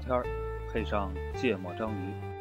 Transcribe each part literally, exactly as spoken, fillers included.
聊天，配上芥末章鱼。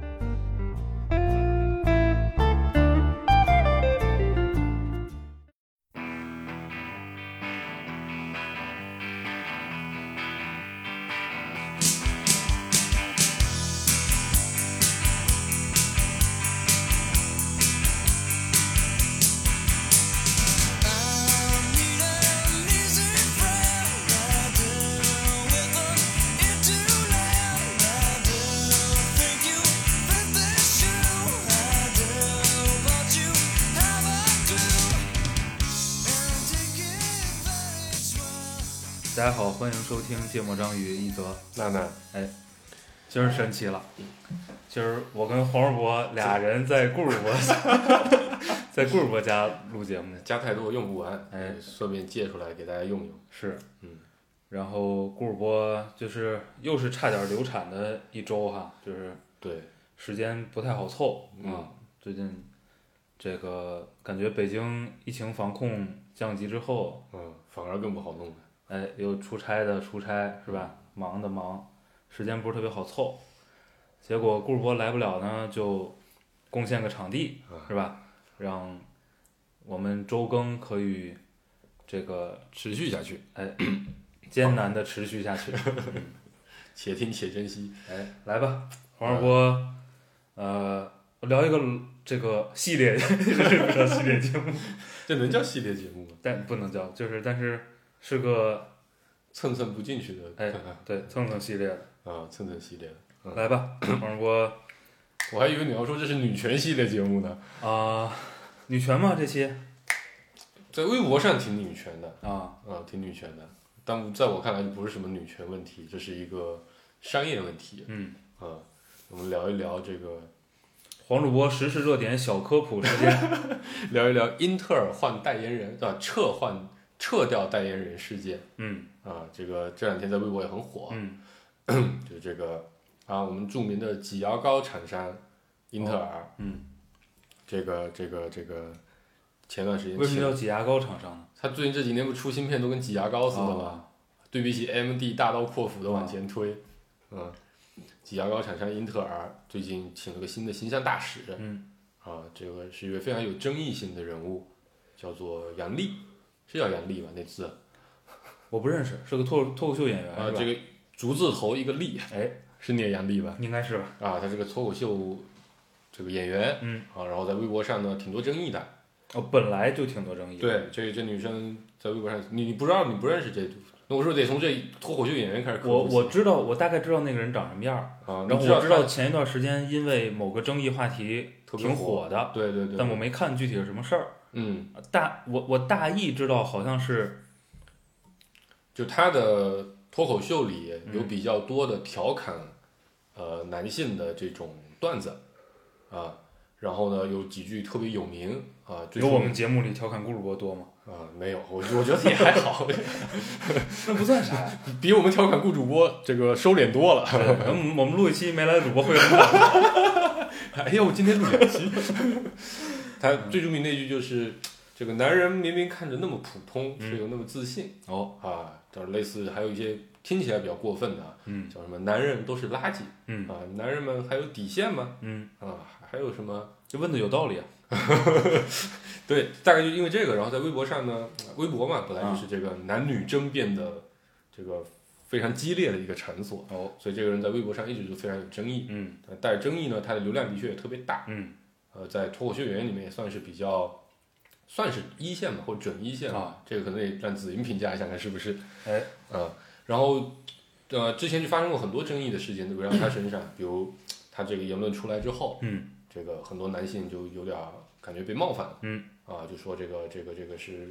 大家好，欢迎收听芥末章鱼一泽娜娜。 哎，今儿神奇了，今儿我跟黄世博俩人在顾世博在顾世博家录节目， 加太多用不完， 哎， 顺便借出来给大家用用。 是， 嗯， 然后顾世博就是又是差点流产的一周哈，就是对， 时间不太好凑啊、 嗯。 最近这个感觉北京疫情防控降级之后， 嗯，反而更不好弄了。 哎，有出差的出差是吧？忙的忙，时间不是特别好凑。结果顾世博来不了呢，就贡献个场地，是吧？让我们周更可以这个持续下去， 哎，艰难的持续下去。嗯、 且听且珍惜。 哎，来吧，黄世博，呃，聊一个这个系列，这是不叫系列节目？ 这能叫系列节目吗？ 但不能叫，就是但是。是个蹭蹭不进去的， 哎，对，蹭蹭系列的啊，蹭蹭系列的， 嗯、来吧，黄世博， 我还以为你要说这是女权系列节目呢。 啊、呃，女权吗？这期在微博上挺女权的啊啊，挺女权的，但在我看来就不是什么女权问题，这是一个商业问题。 嗯啊，我们聊一聊这个黄主播时事热点小科普时间， 聊一聊英特尔换代言人啊，撤换。撤掉代言人事件， 嗯啊，这个这两天在微博也很火， 嗯， 就这个啊，我们著名的挤牙膏厂商英特尔， 哦、嗯， 这个这个这个前段时间为什么叫挤牙膏厂商呢？ 他最近这几年不出芯片都跟挤牙膏似的吗？ 哦、 对比起 A M D 大刀阔斧的往前推，哦、嗯，挤牙膏厂商英特尔最近请了个新的形象大使， 嗯， 啊，这个是一位非常有争议性的人物，叫做杨笠。是叫杨笠吧？那字我不认识，是个脱脱口秀演员啊。这个竹字头一个笠， 哎， 是念杨笠吧？ 应该是吧？ 啊，他这个脱口秀这个演员， 嗯啊，然后在微博上呢挺多争议的。 哦，本来就挺多争议的。 对，这这女生在微博上，你你不知道，你不认识这，那我说得从这脱口秀演员开始。 我我知道，我大概知道那个人长什么样啊。 然后我知道前一段时间因为某个争议话题挺火的， 对对对。 但我没看具体是什么事儿。 嗯， 大我我大意知道好像是， 就他的脱口秀里有比较多的调侃，嗯、呃男性的这种段子，啊，然后呢有几句特别有名啊。 有我们节目里调侃顾主播多吗？ 啊，没有，我我觉得也还好， 那不算啥呀， 比我们调侃顾主播这个收敛多了。 我们我们录一期没来的主播会很好。 哎呀，我今天录两期。他最著名的一句就是这个男人明明看着那么普通，却又那么自信。 哦、 嗯、啊，就是类似还有一些听起来比较过分的， 嗯， 叫什么男人都是垃圾， 嗯啊，男人们还有底线吗？ 嗯啊，还有什么？ 就问的有道理啊。 对，大概就因为这个，然后在微博上呢，微博嘛本来就是这个男女争辩的这个非常激烈的一个场所， 哦， 所以这个人在微博上一直就非常有争议。 嗯， 带着争议呢，他的流量的确也特别大。 嗯。 呃，在脱口秀演员里面也算是比较，算是一线吧，或者准一线吧。 啊、 这个可能得让子英评价一下，看是不是。 哎， 呃，然后，呃，之前就发生过很多争议的事件，围绕他身上，比如他这个言论出来之后， 嗯， 这个很多男性就有点感觉被冒犯了， 嗯， 啊，就说这个这个这个是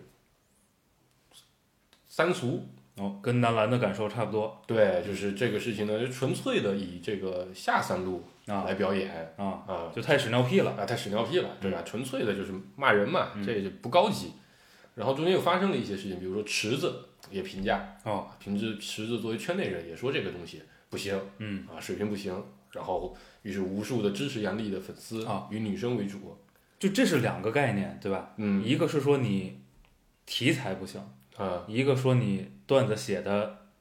三俗。 哦，跟男篮的感受差不多。 对，就是这个事情呢，就纯粹的以这个下三路来表演啊啊， 就太屎尿屁了啊，太屎尿屁了，对吧？ 嗯、 纯粹的就是骂人嘛， 嗯、 这也就不高级。然后中间又发生了一些事情，比如说池子也评价， 哦， 评之池子作为圈内人也说这个东西不行， 嗯啊，水平不行。然后于是无数的支持杨笠的粉丝啊， 以女生为主， 就这是两个概念，对吧？ 嗯， 一个是说你题材不行， 啊， 一个说你段子写的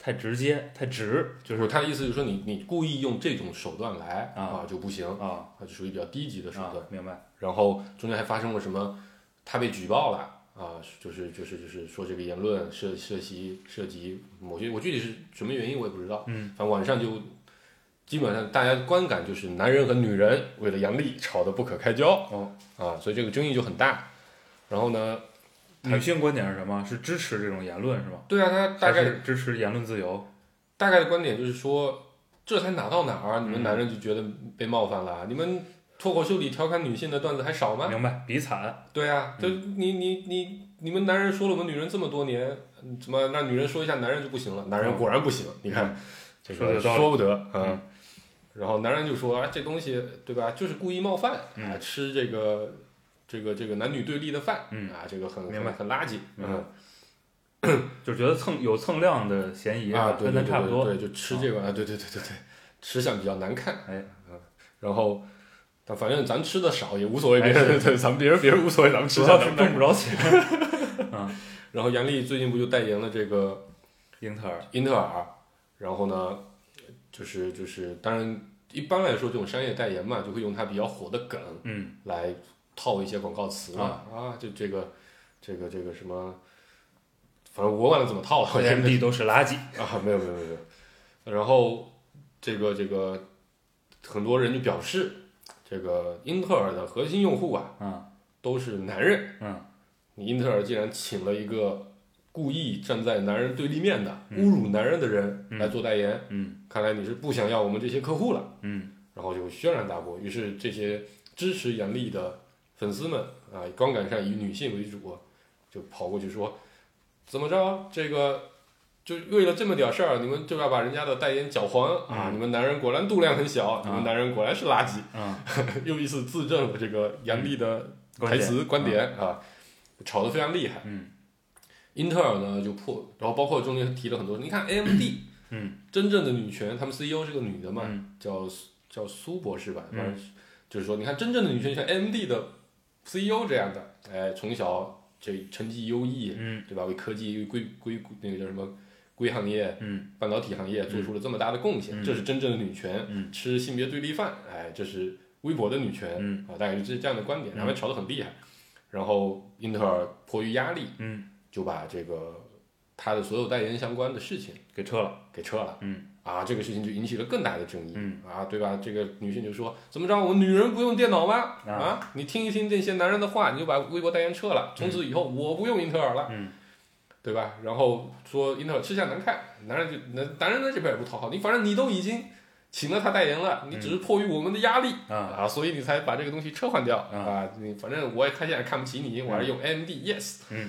太直接太直，就是他的意思就是说你你故意用这种手段来啊啊就不行啊， 啊，就属于比较低级的手段。 啊、明白。 然后中间还发生了什么？他被举报了啊，就是就是就是说这个言论涉涉及涉及某些，我具体是什么原因我也不知道。 嗯， 反正网上就基本上大家观感就是男人和女人为了杨笠吵得不可开交。 哦啊，所以这个争议就很大。然后呢， 女性观点是什么？是支持这种言论是吧？ 对啊，他大概还是支持言论自由。 大概的观点就是说，这才哪到哪儿，你们嗯男人就觉得被冒犯了？你们脱口秀里调侃女性的段子还少吗？ 明白，比惨。 对啊，就你你你你们男人说了我们女人这么多年，怎么让女人说一下男人就不行了？男人果然不行，你看这个说不得啊。嗯、然后男人就说啊，这东西对吧，就是故意冒犯、 嗯、 啊，吃这个这个这个男女对立的饭， 嗯啊，这个很明白很很垃圾， 嗯。就觉得蹭有蹭量的嫌疑啊，对跟咱差不多， 对，就吃这个啊，对对对对对，吃相比较难看， 哎， 嗯，然后，但反正咱吃的少也无所谓，别人对咱们别人别人无所谓，咱们吃主要是挣不着钱。 啊，然后杨笠最近不就代言了这个英特尔， 英特尔，然后呢，就是就是当然一般来说这种商业代言嘛，就会用它比较火的梗， 嗯， 来套一些广告词嘛， 啊， 啊，就这个这个这个什么。反正我忘了怎么套了 ，A M D 都是垃圾啊！没有没有没有没有。然后这个这个很多人就表示，这个英特尔的核心用户啊， 嗯， 都是男人。 嗯， 你英特尔既然请了一个故意站在男人对立面的、 嗯、 侮辱男人的人来做代言， 嗯， 看来你是不想要我们这些客户了。 嗯， 然后就轩然大波。于是这些支持杨笠的粉丝们啊，观感上以女性为主，就跑过去说。怎么着？这个就为了这么点事儿，你们就要把人家的代言搅黄、 嗯、 啊！你们男人果然度量很小， 嗯、 你们男人果然是垃圾。 嗯， 又一次自证了这个杨笠的台词、 嗯、 观点啊，吵得非常厉害。 嗯， 英特尔呢就破，然后包括中间提了很多，你看 A M D， 嗯， 真正的女权，他们 C E O 是个女的嘛， 嗯、 叫叫苏博士吧，反正、 嗯、 就是说，你看真正的女权像 A M D 的 C E O 这样的，哎，从小。这成绩优异， 嗯， 对吧？为科技硅硅那个叫什么硅行业， 嗯， 半导体行业做出了这么大的贡献， 嗯、 这是真正的女权。 嗯， 吃性别对立饭，哎，这是微博的女权。 嗯， 啊，大概就是这样的观点， 嗯、 两边吵得很厉害。然后英特尔迫于压力， 嗯， 就把这个他的所有代言相关的事情给撤了， 给撤了。 嗯， 啊，这个事情就引起了更大的争议。 嗯， 啊，对吧？这个女性就说：“怎么着？我们女人不用电脑吗？ 啊， 啊你听一听这些男人的话，你就把微博代言撤了。从此以后，我不用英特尔了。 嗯， 对吧？然后说英特尔吃相难看，男人就男男人在这边也不讨好你，反正你都已经请了他代言了，你只是迫于我们的压力、 嗯、 啊，所以你才把这个东西撤换掉、 嗯、 啊。你反正我也看现在看不起你，我还是用 A M D、嗯、yes。 嗯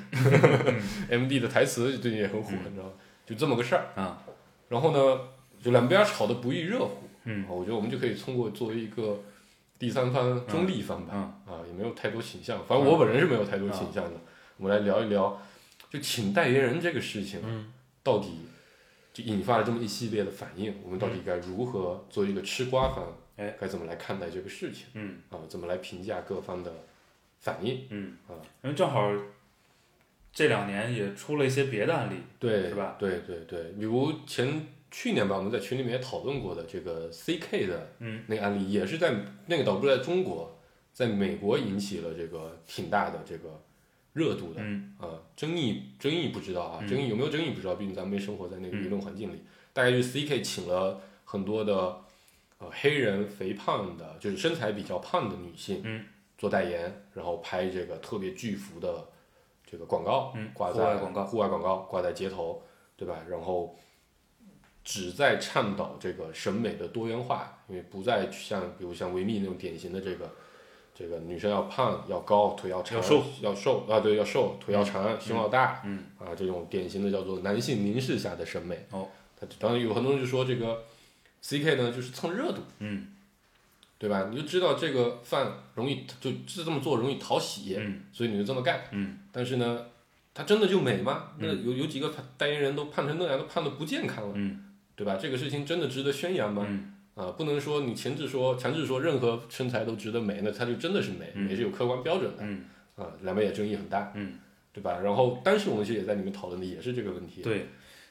，A M D 的台词最近也很火， 嗯、 你知道吗？就这么个事儿啊。 然后呢，就两边吵得不亦乐乎。 嗯， 我觉得我们就可以通过作为一个第三方、中立方吧， 嗯、 啊，也没有太多倾向，反正我本人是没有太多倾向的。嗯、我们来聊一聊，就请代言人这个事情， 嗯， 到底就引发了这么一系列的反应，我们到底该如何作为一个吃瓜方， 哎， 该怎么来看待这个事情？ 嗯， 啊，怎么来评价各方的反应？ 嗯， 啊， 因为正好这两年也出了一些别的案例， 对， 是吧？ 对对对，比如前。去年吧，我们在群里面也讨论过的这个 C K 的那个案例，也是在那个倒不是在中国，在美国引起了这个挺大的这个热度的， 嗯啊，争议争议不知道啊， 嗯、 争议有没有争议不知道，毕竟咱们没生活在那个舆论环境里。嗯、大概就是 C K 请了很多的呃黑人肥胖的，就是身材比较胖的女性， 嗯， 做代言，然后拍这个特别巨幅的这个广告， 嗯， 挂在户外广告， 户外广告挂在街头，对吧？然后。只在倡导这个审美的多元化，因为不再像比如像维密那种典型的这个这个女生要胖要高腿要长要瘦要瘦啊对要瘦腿要长、嗯、胸要大， 嗯啊这种典型的叫做男性凝视下的审美。 哦， 他当然有很多人就说这个 C K 呢就是蹭热度， 嗯， 对吧？你就知道这个饭容易就是这么做容易讨喜， 嗯， 所以你就这么干， 嗯， 但是呢，它真的就美吗？ 嗯、 那有有几个代言人都胖成那样，都胖的不健康了， 嗯。 对吧？这个事情真的值得宣扬吗？ 嗯、 啊，不能说你强制说强制说任何身材都值得美，那它就真的是美， 嗯、 美是有客观标准的。 嗯、 啊，两边也争议很大， 嗯， 对吧？然后当时我们其实也在里面讨论的也是这个问题。 对，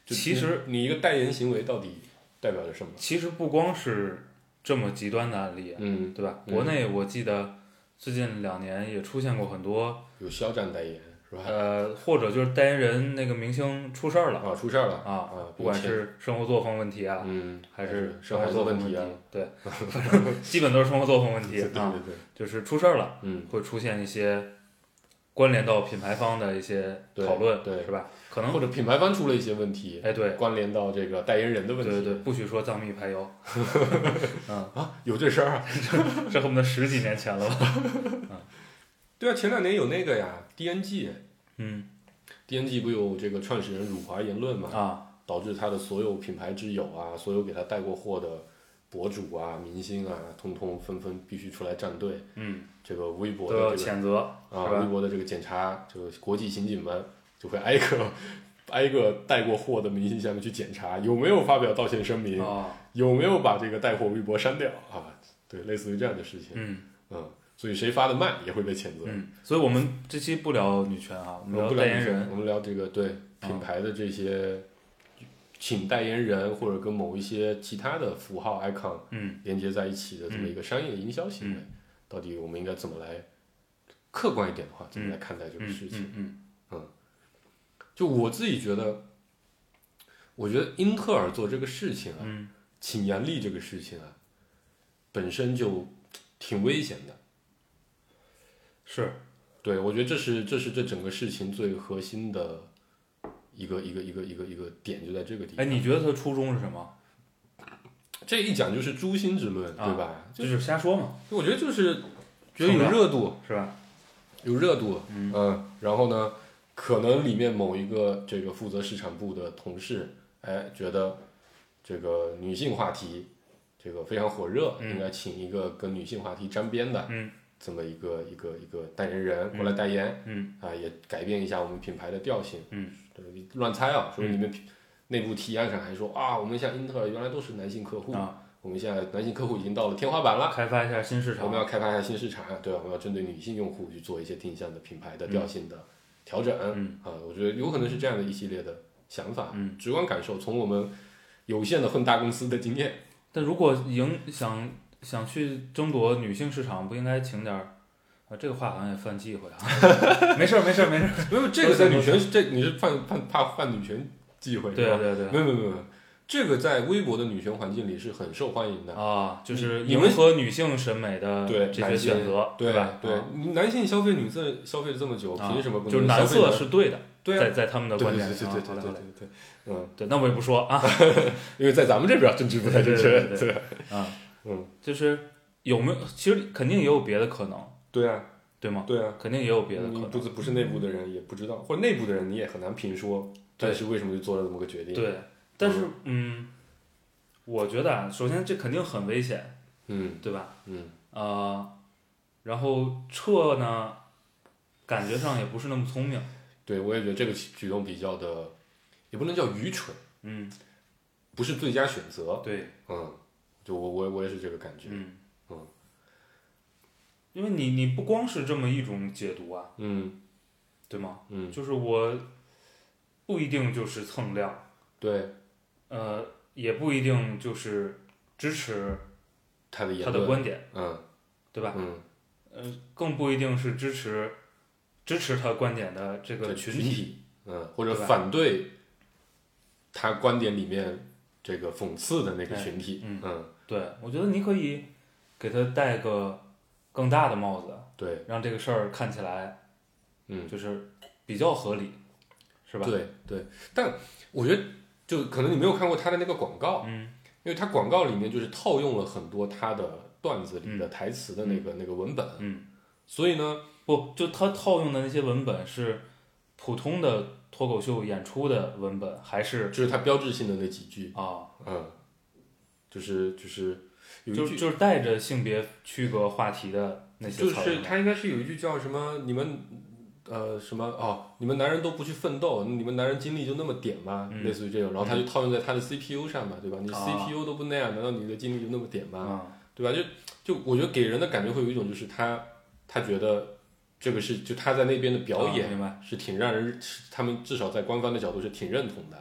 就其实你一个代言行为到底代表着什么？ 其实不光是这么极端的案例， 嗯， 对吧？ 嗯国内我记得最近两年也出现过很多有肖战代言是吧？ 呃，或者就是代言人那个明星出事儿了啊，出事儿了啊啊， 不管是生活作风问题啊， 嗯， 还是生孩子生活作风问题啊， 对，反正基本都是生活作风问题对对对啊， 对， 就是出事儿了， 嗯， 会出现一些关联到品牌方的一些讨论， 对， 是吧？可能或者品牌方出了一些问题， 哎，对， 关联到这个代言人的问题， 对对对，不许说藏秘排油，嗯啊，有这事儿啊？ 这恨不得十几年前了吧？ 对啊，前两年有那个呀，D N G， 嗯 D N G 不有这个创始人辱华言论嘛？ 啊， 导致他的所有品牌之友啊，所有给他带过货的博主啊、明星啊，通通纷纷必须出来站队。 嗯， 这个微博都要的这个谴责， 啊， 是吧微博的这个检查，这个国际刑警们就会挨个挨个带过货的明星下面去检查有没有发表道歉声明， 啊， 有没有把这个带货微博删掉啊？对，类似于这样的事情。 嗯嗯，所以谁发的慢也会被谴责。 嗯，所以我们这期不聊女权啊，我们聊我们不聊代言人， 我们聊这个对品牌的这些，请代言人或者跟某一些其他的符号 icon 嗯连接在一起的这么一个商业营销行为， 嗯到底我们应该怎么来客观一点的话，怎么来看待这个事情？ 嗯嗯就我自己觉得，我觉得英特尔做这个事情啊， 嗯请杨笠这个事情啊，本身就挺危险的。 是， 对，我觉得这是这是这整个事情最核心的一个一个一个一个一个点，就在这个地方。 哎，你觉得他初衷是什么？ 这一讲就是诛心之论， 啊对吧？ 就就是瞎说嘛， 我觉得就是觉得有热度， 是吧？ 有热度， 嗯嗯，然后呢，可能里面某一个这个负责市场部的同事，哎，觉得这个女性话题这个非常火热， 嗯应该请一个跟女性话题沾边的， 嗯， 这么一个一个一个代言人过来代言， 嗯啊，也改变一下我们品牌的调性， 嗯， 对，乱猜啊，说你们内部提案上还说啊，我们像英特尔原来都是男性客户， 啊， 我们现在男性客户已经到了天花板了。 开发一下新市场， 我们要开发一下新市场，对吧？我们要针对女性用户去做一些定向的品牌的调性的调整， 嗯啊，我觉得有可能是这样的一系列的想法， 嗯， 直观感受，从我们有限的混大公司的经验， 但如果赢想想去争夺女性市场，不应该请点儿啊？这个话好像也犯忌讳啊。没事儿，没事儿，没事儿。 没有这个在女权，这你是犯犯怕犯女权忌讳， 对是吧？ 对对。 没有没有没有，这个在微博的女权环境里是很受欢迎的。 啊，就是你们迎合女性审美的对这些选择， 对吧？ 对， 啊男性消费女色消费了这么久， 啊凭什么不就是男能消费呢色是对的， 对啊在在他们的对观点里， 对对对对啊好嘞好嘞对对对，嗯， 对，那我也不说啊， 因为在咱们这边政治不太正确， 对对对对啊， 嗯， 就是有没有？其实肯定也有别的可能， 对啊， 对吗？ 对啊， 肯定也有别的可你能。 不是不是内部的人也不知道，或者内部的人你也很难评说， 对但是为什么就做了这么个决定？， 对，但是嗯，我觉得啊，首先这肯定很危险， 嗯对吧？ 嗯呃，然后撤呢，感觉上也不是那么聪明， 对，我也觉得这个举动比较的，也不能叫愚蠢， 嗯， 不是最佳选择， 对， 嗯，就我我我也是这个感觉， 嗯嗯， 因为你你不光是这么一种解读啊， 嗯对吗？ 嗯， 就是我不一定就是蹭量， 对， 呃，也不一定就是支持他他的言论， 的观点， 嗯对吧？ 嗯， 呃，更不一定是支持支持他观点的这个这群群体，嗯，或者对吧反对他观点里面这个讽刺的那个哎群体， 嗯嗯， 对，我觉得你可以给他戴个更大的帽子， 对， 让这个事儿看起来嗯。 就是比较合理，是吧？ 对对，但我觉得就可能你没有看过他的那个广告， 嗯因为他广告里面就是套用了很多他的段子里的台词的那个、那个文本， 嗯， 所以呢， 不，就他套用的那些文本是普通的脱口秀演出的文本，还是就是他标志性的那几句， 啊， 嗯，就是就是有一句， 就就是带着性别区隔话题的那些就词儿是他应该是有一句叫什么你们。呃，什么哦？你们男人都不去奋斗，你们男人精力就那么点吗？ 嗯类似于这种，然后他就套用在他的 C P U 上嘛，对吧？你啊 C P U 都不那样，难道你的精力就那么点吗？ 啊， 对吧？就就我觉得给人的感觉会有一种，就是他他觉得这个是就他在那边的表演啊明白？ 是挺让人，他们至少在官方的角度是挺认同的， 嗯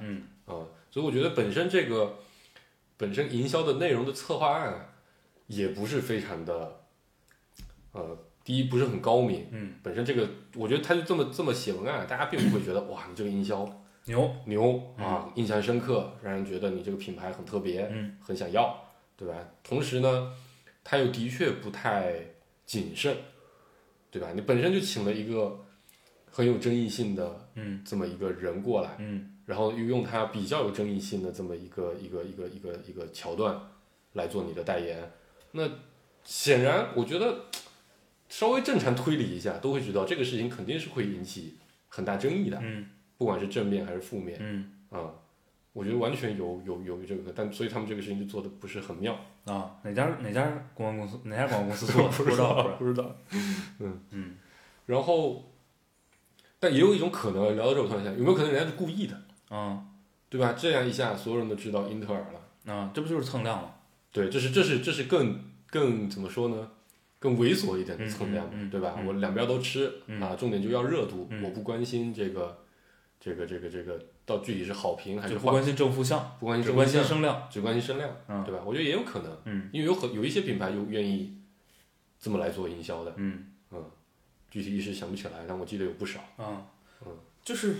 啊，所以我觉得本身这个本身营销的内容的策划案啊也不是非常的，呃，第一不是很高明， 嗯， 本身这个我觉得他就这么这么写文案，大家并不会觉得哇你这个营销牛牛啊，印象深刻，让人觉得你这个品牌很特别， 嗯， 很想要，对吧？同时呢，他又的确不太谨慎，对吧？你本身就请了一个很有争议性的， 嗯， 这么一个人过来， 嗯， 然后又用他比较有争议性的这么一个一个一个一个一个桥段来做你的代言，那显然我觉得稍微正常推理一下，都会知道这个事情肯定是会引起很大争议的， 嗯， 不管是正面还是负面， 嗯， 啊，我觉得完全有有有这个，但所以他们这个事情就做的不是很妙啊。哪家哪家公关公司哪家广告公司做的？ 不知道不知道，嗯嗯。 然后，但也有一种可能，聊到这我突然想，有没有可能人家是故意的？ 啊， 对吧？这样一下，所有人都知道英特尔了。 啊，这不就是蹭量吗？ 对，这是这是这是更更怎么说呢？更猥琐一点的蹭量， 嗯嗯嗯、 对吧？ 嗯、 我两边都吃、 嗯、 啊，重点就要热度， 嗯、 我不关心这个这个这个这个到具体是好评还是不关心正负向， 不关心只关心声量， 只关心声量， 嗯、 对吧？我觉得也有可能， 嗯， 因为有很有一些品牌有愿意这么来做营销的， 嗯嗯，具体一时想不起来，但我记得有不少， 啊， 嗯， 就是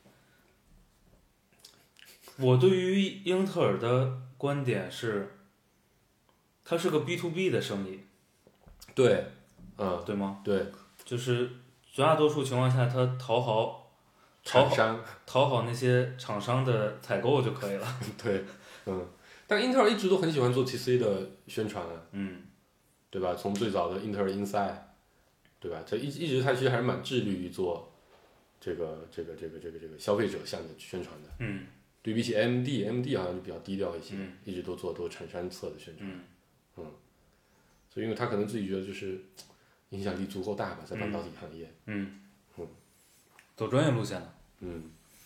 我对于英特尔的观点是，它是个 B to B 的生意， 对，嗯， 对吗？ 对， 就是绝大多数情况下，它讨好讨好讨好那些厂商的采购就可以了。 对，嗯，但英特尔一直都很喜欢做 T C 的宣传啊， 嗯， 对吧？从最早的英特尔 Inside， 对吧？这一一直它其实还是蛮致力于做这个这个这个这个这个消费者向的宣传的。 嗯， 对比起 A M D，A M D 好像就比较低调一些， 嗯、 一直都做都厂商侧的宣传。 嗯， 嗯，所以因为他可能自己觉得就是影响力足够大吧，在半导体行业。 嗯嗯， 走专业路线的。 嗯。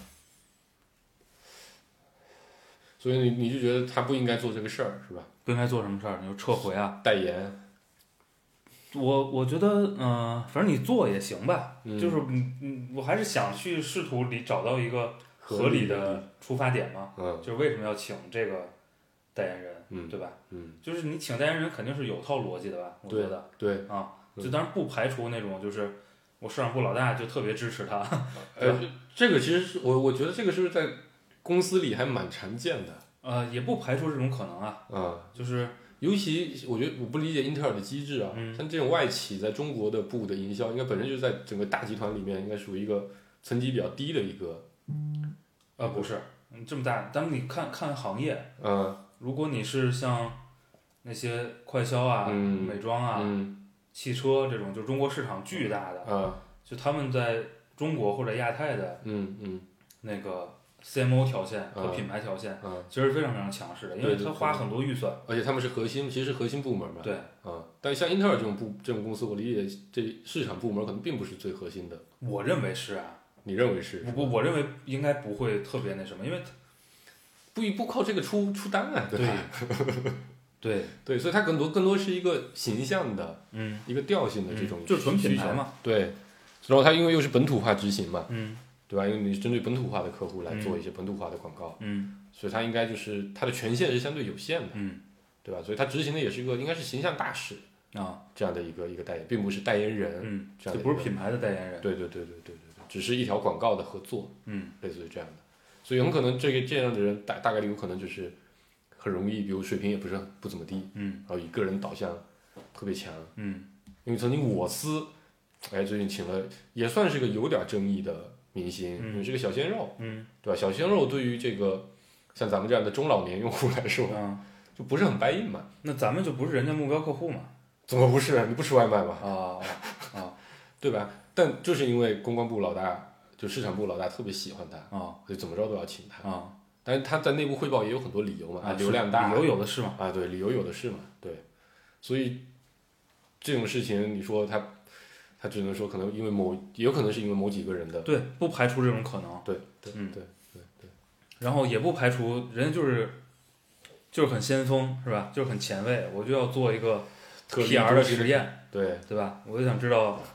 所以你你就觉得他不应该做这个事儿是吧？ 不应该做什么事儿？你就撤回啊， 代言。 我我觉得，嗯、呃，反正你做也行吧， 嗯、 就是嗯嗯，我还是想去试图里找到一个合理的出发点嘛， 嗯， 就是为什么要请这个代言人， 嗯， 对吧？ 嗯， 就是你请代言人肯定是有套逻辑的吧？我觉得， 对， 对啊，就当然不排除那种就是我市场部老大就特别支持他， 呃，这个其实是我我觉得这个是不是在公司里还蛮常见的？ 呃，也不排除这种可能啊， 啊， 就是尤其我觉得我不理解英特尔的机制啊， 嗯、 像这种外企在中国的部的营销，应该本身就是在整个大集团里面应该属于一个层级比较低的一个， 呃，不是，这么大，咱们你看看行业， 嗯， 如果你是像那些快消啊、 嗯、 美妆啊、 嗯、 汽车这种，就中国市场巨大的， 啊， 就他们在中国或者亚太的， 嗯嗯， 那个 C M O 条线和品牌条线， 啊， 其实非常非常强势的，因为他花很多预算， 而且他们是核心，其实是核心部门嘛， 对， 啊，但像英特尔这种部这种公司，我理解这市场部门可能并不是最核心的， 我认为是啊， 你认为是？ 我我认为应该不会特别那什么，因为不一不靠这个出出单啊，对吧？ 对对，所以它更多更多是一个形象的， 嗯， 一个调性的这种、 嗯，就是纯品牌嘛。 对，然后它因为又是本土化执行嘛， 嗯， 对吧？因为你针对本土化的客户来做一些本土化的广告， 嗯， 所以它应该就是它的权限是相对有限的， 嗯， 对吧？所以它执行的也是一个应该是形象大使啊这样的一个一个代言，并不是代言人， 嗯， 这样就不是品牌的代言人。 对对对对对对对，只是一条广告的合作， 嗯， 类似于这样的，所以很可能这个这样的人大大概率有可能就是很容易，比如水平也不是不怎么地， 嗯， 然后以个人导向特别强， 嗯， 因为曾经我司，哎，最近请了也算是个有点争议的明星， 嗯、 因为是个小鲜肉， 嗯， 对吧？小鲜肉对于这个像咱们这样的中老年用户来说， 嗯， 就不是很 buy in 嘛。 那咱们就不是人家目标客户嘛？ 怎么不是？你不吃外卖吗？ 啊啊， 对吧？但就是因为公关部老大，就市场部老大特别喜欢他， 啊， 所以怎么着都要请他啊。 但是他在内部汇报也有很多理由嘛， 啊， 流量大， 理由有的是嘛， 啊，对，理由有的是嘛，对，所以这种事情，你说他，他只能说可能因为某，也有可能是因为某几个人的， 对，不排除这种可能， 对，对， 嗯， 对，对，对， 然后也不排除人家就是就是很先锋，是吧？就是很前卫，我就要做一个 P R 的实验， 对， 对吧？我就想知道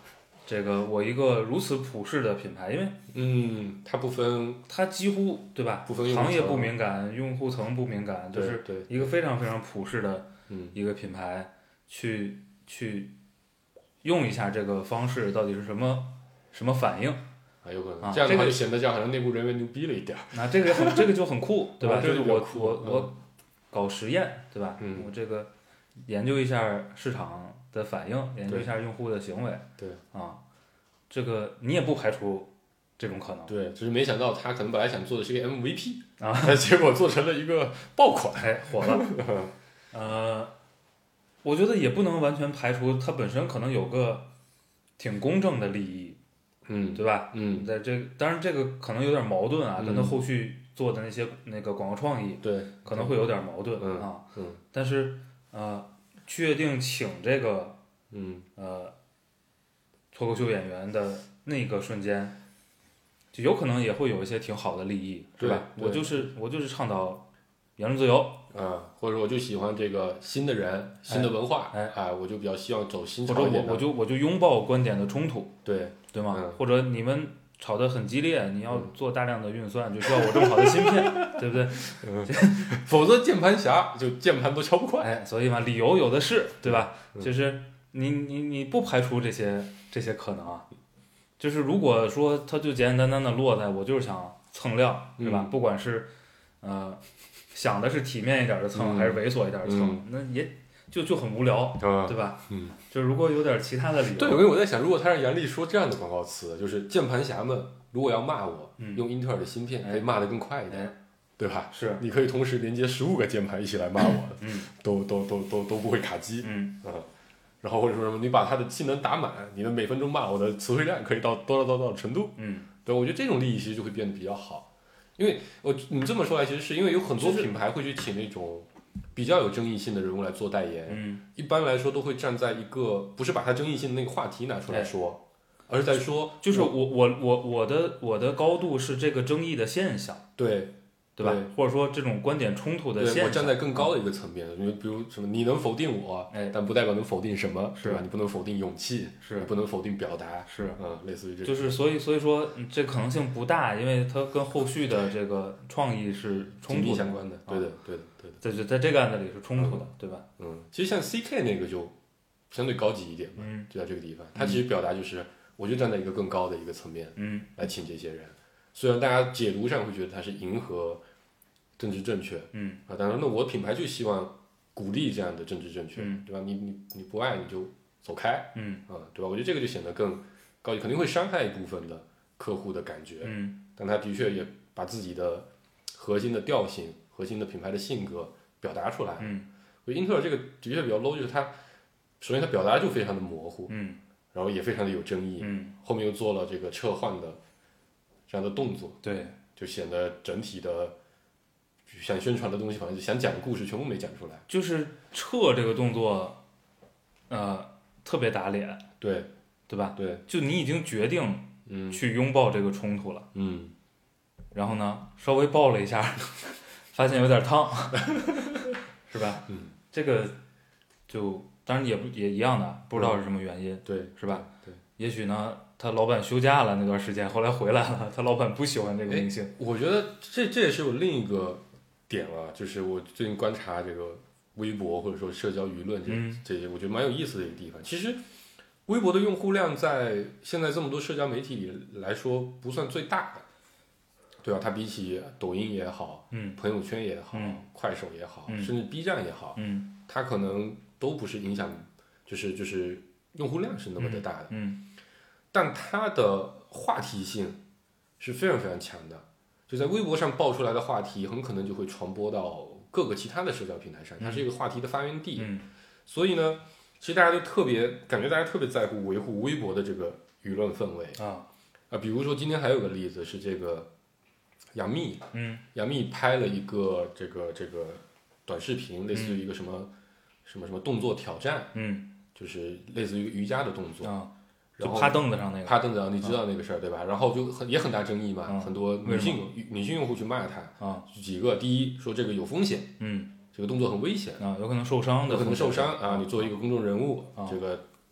这个我一个如此普世的品牌，因为嗯，它不分， 它几乎对吧？ 不分用户层行业不敏感，用户层不敏感，就是对一个非常非常普世的嗯一个品牌，去去用一下这个方式到底是什么什么反应？ 啊，有可能、 啊这样的话这个就显得这样好像内部人员牛逼了一点儿。 那这个很这个就很酷，对吧？ 啊这就是我个比较酷嗯我我搞实验，对吧？ 嗯我这个研究一下市场的反应，研究对一下用户的行为， 对啊，这个你也不排除这种可能。 对，只是没想到他可能本来想做的是一个 M V P 啊， 结果做成了一个爆款， 哎，火了。呃，我觉得也不能完全排除它本身可能有个挺公正的利益， 嗯对吧？ 嗯， 在这个当然这个可能有点矛盾啊， 嗯跟它后续做的那些那个广告创意对， 可能会有点矛盾、 嗯啊。 嗯但是呃，确定请这个嗯呃脱口秀演员的那个瞬间，就有可能也会有一些挺好的利益，对吧？ 对对我就是我就是倡导言论自由， 啊，或者我就喜欢这个新的人、新的文化， 哎哎，我就比较希望走新或者潮一点的， 我我就我就拥抱观点的冲突， 对对吗？ 嗯或者你们吵得很激烈，你要做大量的运算，就需要我这么好的芯片，对不对？ 否则键盘侠就键盘都敲不快。 哎，所以嘛，理由有的是，对吧？ 嗯就是你你你不排除这些这些可能啊。就是如果说它就简简单单的落在我就是想蹭量，对吧？ 嗯不管是呃想的是体面一点的蹭， 嗯还是猥琐一点的蹭，那也就就很无聊， 啊， 对吧？ 嗯， 就是如果有点其他的理由， 对，因为我在想，如果他让杨笠说这样的广告词，就是键盘侠们如果要骂我， 嗯用英特尔的芯片哎可以骂得更快一点， 哎对吧？ 是， 你可以同时连接十五个键盘一起来骂我， 嗯都都都都都不会卡机， 嗯啊，然后或者说什么，你把它的性能打满，你的每分钟骂我的词汇量可以到多少多少多少程度， 嗯， 对，我觉得这种利益其实就会变得比较好，因为我你这么说来，其实是因为有很多就是品牌会去请那种比较有争议性的人物来做代言， 嗯， 一般来说都会站在一个不是把它争议性的那个话题拿出来说，而是在说， 就是我我我我的我的高度是这个争议的现象， 对对吧？ 对或者说这种观点冲突的现对， 象， 我站在更高的一个层面，因为比如什么，你能否定我， 哎但不代表能否定什么， 是对吧？你不能否定勇气， 是你不能否定表达， 是。 嗯，类似于这种， 就是所以所以说嗯这可能性不大，因为它跟后续的这个创意是冲紧突的， 密相关的，对的，对的，对的， 在在在这个案子里是冲突的，对吧？ 嗯，其实像 C K 那个就相对高级一点嘛， 嗯就在这个地方，它其实表达就是，我就站在一个更高的一个层面嗯来请这些人，虽然大家解读上会觉得它是迎合政治正确， 嗯啊，当然，那我品牌就希望鼓励这样的政治正确， 嗯对吧？你你你不爱你就走开， 嗯啊，对吧？我觉得这个就显得更高级，肯定会伤害一部分的客户的感觉， 嗯但他的确也把自己的核心的调性、核心的品牌的性格表达出来。 嗯我觉得英特尔这个的确比较 low，就是它首先它表达就非常的模糊， 嗯然后也非常的有争议， 嗯， 后面又做了这个撤换的这样的动作， 对， 就显得整体的想宣传的东西，反正想讲的故事全部没讲出来。 就是撤这个动作，呃，特别打脸， 对对吧？ 对， 就你已经决定嗯去拥抱这个冲突了， 嗯， 然后呢，稍微抱了一下，发现有点烫，是吧？ 嗯， 这个就当然也不也一样的，不知道是什么原因， 对， 是吧？ 对， 也许呢，他老板休假了那段时间，后来回来了，他老板不喜欢这个明星， 我觉得这这也是有另一个点了，就是我最近观察这个微博或者说社交舆论这、 嗯这些，我觉得蛮有意思的一个地方。其实微博的用户量在现在这么多社交媒体里来说不算最大的，对吧？它比起抖音也好， 嗯朋友圈也好， 嗯快手也好， 嗯甚至 B 站也好， 嗯它可能都不是影响，就是就是用户量是那么的大的， 嗯但它的话题性是非常非常强的。就在微博上爆出来的话题，很可能就会传播到各个其他的社交平台上，它是一个话题的发源地。 嗯所以呢，其实大家都特别感觉大家特别在乎维护微博的这个舆论氛围啊啊。比如说今天还有个例子是这个杨幂， 嗯杨幂拍了一个这个这个短视频，类似于一个什么、什么什么动作挑战， 嗯就是类似于瑜伽的动作。 啊，就然后趴凳子上那个， 趴凳子上，你知道那个事儿、对吧？然后就很也很大争议嘛， 嗯很多女为什性女性用户去骂他啊， 几个，第一说这个有风险， 嗯这个动作很危险， 啊，有可能受伤的， 有可能受伤啊！你作为一个公众人物， 啊这个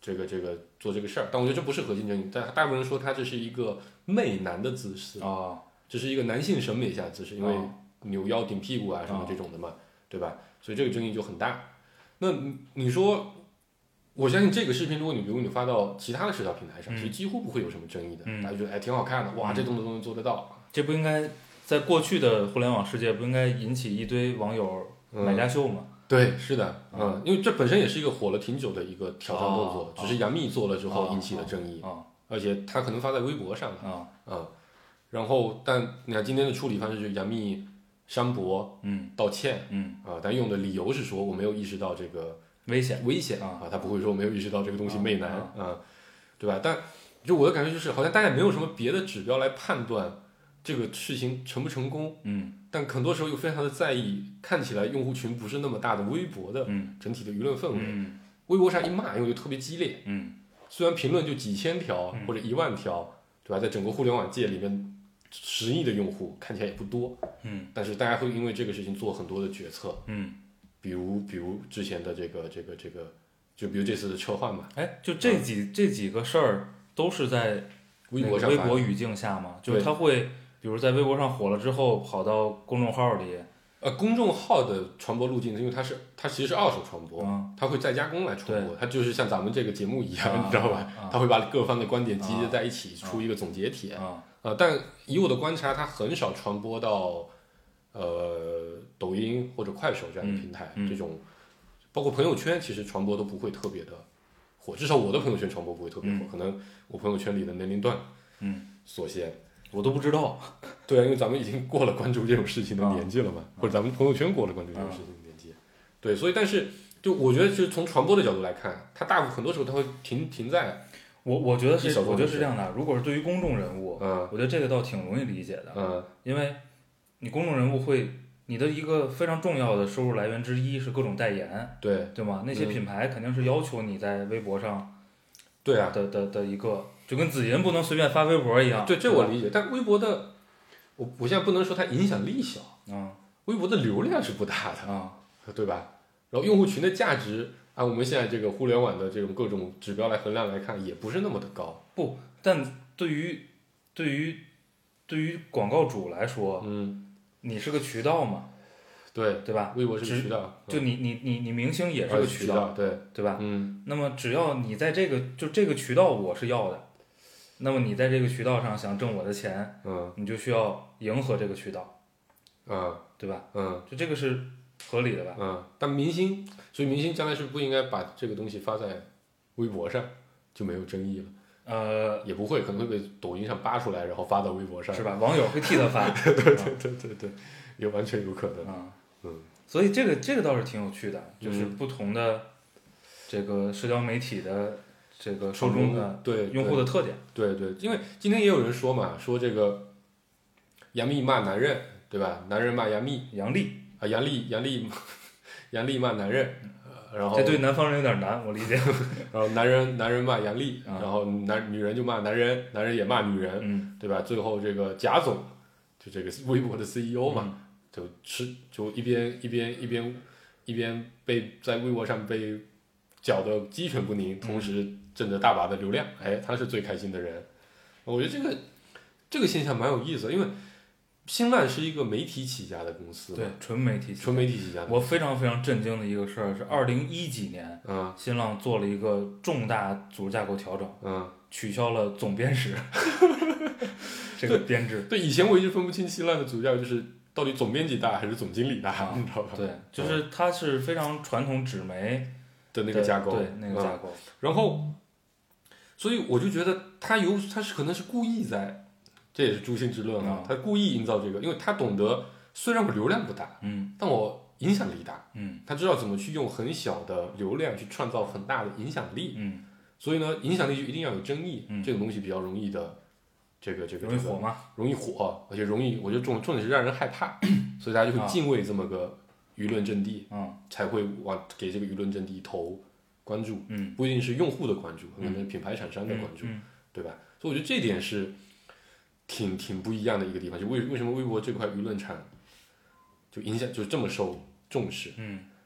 这个这个做这个事儿，但我觉得这不是核心争议。但大部分人说他这是一个媚男的姿势啊， 这是一个男性审美下的姿势，因为扭腰顶屁股啊什么这种的嘛，对吧？所以这个争议就很大。那你说，我相信这个视频，如果你比如你发到其他的社交平台上， 嗯、 其实几乎不会有什么争议的， 嗯、 大家觉得哎挺好看的，哇，这动作都能做得到。 这不应该在过去的互联网世界不应该引起一堆网友买家秀吗？ 嗯、对，是的，嗯，因为这本身也是一个火了挺久的一个挑战动作， 哦、 只是杨幂做了之后引起了争议， 哦、 而且他可能发在微博上啊， 啊、嗯，然后但你看今天的处理方式就是杨幂删博， 嗯， 道歉， 嗯啊，但用的理由是说我没有意识到这个危险危险啊， 他不会说没有意识到这个东西媚男啊， 啊，对吧？但就我的感觉就是，好像大家没有什么别的指标来判断这个事情成不成功， 嗯， 但很多时候又非常的在意看起来用户群不是那么大的微博的整体的舆论氛围， 嗯， 微博上一骂又就特别激烈， 嗯， 虽然评论就几千条或者一万条，对吧？在整个互联网界里面，十亿的用户看起来也不多， 嗯， 但是大家会因为这个事情做很多的决策， 嗯， 比如比如之前的这个这个这个，就比如这次的撤换嘛， 哎，就这几、嗯、这几个事儿都是在微博上微博语境下嘛，就是他会比如在微博上火了之后跑到公众号里。 呃，公众号的传播路径，因为它是它其实是二手传播， 嗯、 它会再加工来传播，它就是像咱们这个节目一样， 啊、 你知道吧？ 啊、 它会把各方的观点集结在一起，啊、出一个总结帖。 啊、 呃，但以我的观察，它很少传播到呃抖音或者快手这样的平台， 嗯嗯、 这种包括朋友圈，其实传播都不会特别的火，至少我的朋友圈传播不会特别火， 嗯、 可能我朋友圈里的年龄段， 嗯， 所限。 我都不知道， 对啊，因为咱们已经过了关注这种事情的年纪了嘛， 啊、 或者咱们朋友圈过了关注这种事情的年纪，啊、对，所以但是就我觉得，就是从传播的角度来看，它大部分很多时候它会停停在， 我我觉得是，我觉得是这样的。如果是对于公众人物， 嗯， 我觉得这个倒挺容易理解的， 嗯， 因为你公众人物会，你的一个非常重要的收入来源之一是各种代言， 对对吗？那些品牌肯定是要求你在微博上， 对啊的的的一个。就跟子银不能随便发微博一样， 对，这我理解。但微博的，我我现在不能说它影响力小， 啊、嗯， 微博的流量是不大的， 啊、 嗯，对吧？然后用户群的价值，按我们现在这个互联网的这种各种指标来衡量来看，也不是那么的高。 不，但对于对于对于广告主来说， 嗯， 你是个渠道嘛。 对对吧？ 微博是个渠道， 就你你你你明星也是个渠道， 道对对吧？ 嗯， 那么只要你在这个就这个渠道我是要的，那么你在这个渠道上想挣我的钱， 嗯， 你就需要迎合这个渠道， 嗯， 对吧？ 嗯， 就这个是合理的吧？ 嗯，但明星，所以明星将来是不应该把这个东西发在微博上，就没有争议了。 呃， 也不会，可能会被抖音上扒出来，然后发到微博上， 是吧？网友会替他发， 对对对对对，也完全有可能。 啊， 嗯， 所以这个这个倒是挺有趣的，就是嗯不同的这个社交媒体的这个受众的对用户的特点。 对对，因为今天也有人说嘛，说这个杨幂骂男人，对吧？男人骂杨幂， 杨丽啊，杨丽杨丽杨丽骂男人。然后这对南方人有点难，我理解。 然后男人男人骂杨丽， 啊、 然后男女人就骂男人，男人也骂女人， 嗯， 对吧？最后这个贾总，就这个微博的 C E O 嘛， 嗯、 就吃就一边一边一边一边被在微博上被搅得鸡犬不宁，同时挣着大把的流量，哎，他是最开心的人。我觉得这个这个现象蛮有意思的，因为新浪是一个媒体起家的公司， 对，纯媒体起家， 纯媒体起家的。 我非常非常震惊的一个事儿是，二零一几年， 嗯， 新浪做了一个重大组织架构调整， 嗯， 取消了总编室这个编制。 对，以前我一直分不清新浪的组织架构就是到底总编辑大还是总经理大， 啊、 你知道吧？ 对，就是它是非常传统纸媒的那个架构， 对那个架构。 嗯、然后，所以我就觉得他有，他是可能是故意在。这也是诛心之论啊！他故意营造这个，因为他懂得，虽然我流量不大， 嗯， 但我影响力大， 嗯， 他知道怎么去用很小的流量去创造很大的影响力， 嗯， 所以呢，影响力就一定要有争议， 嗯， 这种东西比较容易的，这个这个容易火吗？ 容易火，而且容易，我觉得重重点是让人害怕，所以大家就会敬畏这么个舆论阵地， 嗯， 才会往给这个舆论阵地投关注， 嗯， 不一定是用户的关注，可能是品牌厂商的关注， 嗯， 对吧？所以我觉得这点是。挺挺不一样的一个地方，就为为什么微博这块舆论场就影响就这么受重视？ 嗯，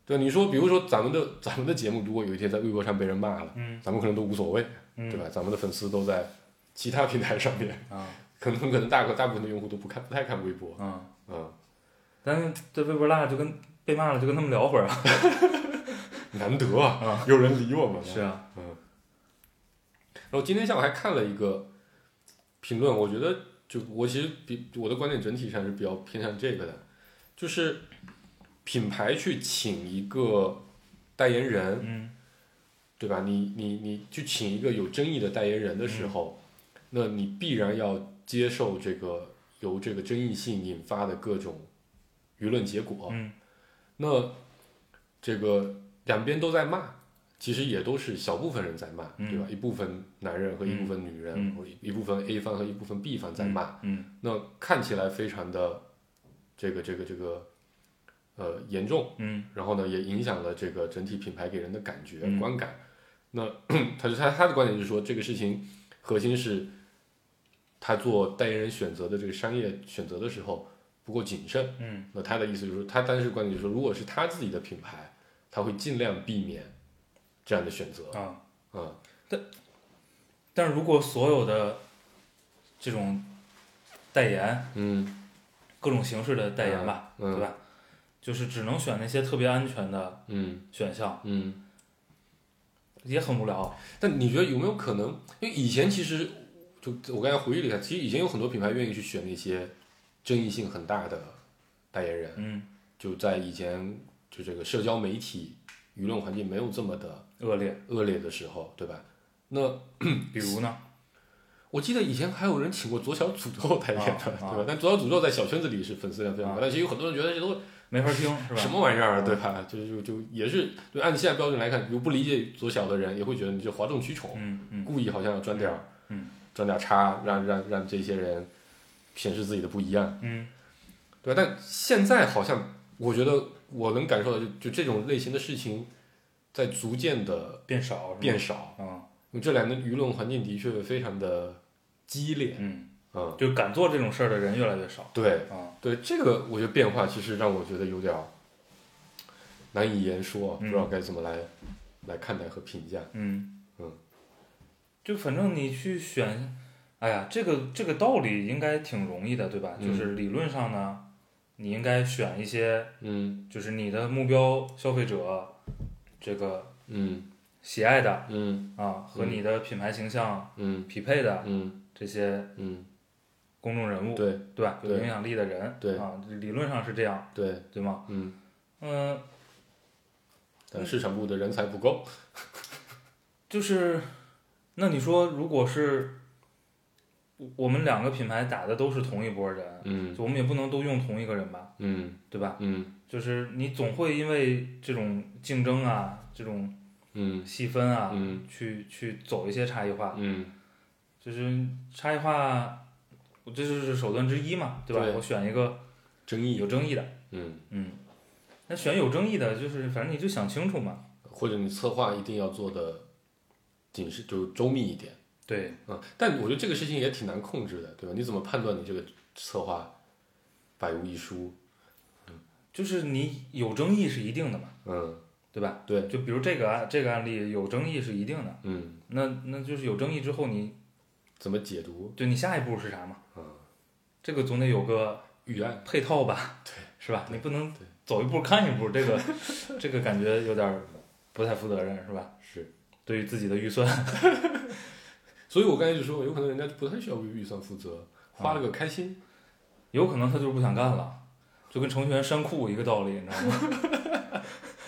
对，你说，比如说咱们的咱们的节目，如果有一天在微博上被人骂了， 嗯， 咱们可能都无所谓， 嗯对吧？咱们的粉丝都在其他平台上面， 啊， 可能可能大大部分的用户都不看不太看微博， 嗯嗯， 但是这微博辣就跟被骂了就跟他们聊会儿啊， 难得啊， 啊有人理我们了， 是啊， 嗯。然后今天下午还看了一个评论，我觉得就我其实比我的观点整体上是比较偏向这个的，就是品牌去请一个代言人， 嗯对吧？你你你去请一个有争议的代言人的时候，嗯、那你必然要接受这个由这个争议性引发的各种舆论结果。 嗯， 那这个两边都在骂，其实也都是小部分人在骂， 嗯、 对吧？一部分男人和一部分女人， 嗯、 或者一部分 A 方和一部分 B 方在骂。 嗯， 那看起来非常的这个这个这个。呃，严重， 嗯， 然后呢，也影响了这个整体品牌给人的感觉、 嗯、 观感。那他就他他的观点就是说，这个事情核心是他做代言人选择的这个商业选择的时候不够谨慎。 嗯， 那他的意思就是说，他当时观点就是说，如果是他自己的品牌，他会尽量避免这样的选择。 啊， 嗯， 但但是如果所有的这种代言， 嗯， 各种形式的代言吧， 嗯、 对吧？就是只能选那些特别安全的选项， 嗯，嗯也很无聊。 但你觉得有没有可能？因为以前其实就我刚才回忆了一下，其实以前有很多品牌愿意去选那些争议性很大的代言人， 嗯， 就在以前就这个社交媒体舆论环境没有这么的恶劣恶劣的时候，对吧？那比如呢？ 我记得以前还有人请过左小诅咒代言的， 啊啊、 对吧？但左小诅咒在小圈子里是粉丝量非常高，啊、但其实有很多人觉得这都没法听，是吧？ 什么玩意儿，对吧？就就就也是，就按现在标准来看，有不理解左小的人也会觉得你就哗众取宠， 嗯嗯， 故意好像要钻点儿， 嗯， 钻点差，让让让这些人显示自己的不一样， 嗯， 对吧？但现在好像，我觉得我能感受到就，就就这种类型的事情，在逐渐的变少， 变少， 啊， 因为这两个舆论环境的确非常的激烈， 嗯。 嗯， 就敢做这种事儿的人越来越少。 对， 啊， 对，这个我觉得变化其实让我觉得有点难以言说， 嗯、 不知道该怎么来来看待和评价。 嗯嗯， 就反正你去选，哎呀，这个这个道理应该挺容易的，对吧？ 嗯、 就是理论上呢，你应该选一些， 嗯， 就是你的目标消费者这个嗯喜爱的， 嗯啊，和你的品牌形象嗯匹配的， 嗯这些嗯。 公众人物， 对对吧？有影响力的人， 对啊，理论上是这样， 对对吗？ 嗯嗯、呃， 但市场部的人才不够， 就是，那你说，如果是我们两个品牌打的都是同一波人， 嗯， 我们也不能都用同一个人吧， 嗯， 对吧？ 嗯， 就是你总会因为这种竞争啊，这种嗯细分啊， 嗯， 去去走一些差异化， 嗯， 就是差异化。这就是手段之一嘛，对吧？ 对， 我选一个争议有争议的， 嗯嗯，那选有争议的，就是反正你就想清楚嘛， 或者你策划一定要做的谨慎，就周密一点。 对， 嗯，但我觉得这个事情也挺难控制的，对吧？你怎么判断你这个策划百无一疏？ 嗯，就是你有争议是一定的嘛， 嗯， 对吧？ 对， 就比如这个案这个案例有争议是一定的， 嗯， 那那就是有争议之后你怎么解读？ 对你下一步是啥嘛？ 嗯， 这个总得有个预案配套吧？ 对， 是吧？你不能走一步看一步，这个这个感觉有点不太负责任，是吧？ 是， 对于自己的预算。 所以我刚才就说，有可能人家不太需要为预算负责，花了个开心， 嗯、有可能他就是不想干了，就跟程序员删库一个道理，你知道吗？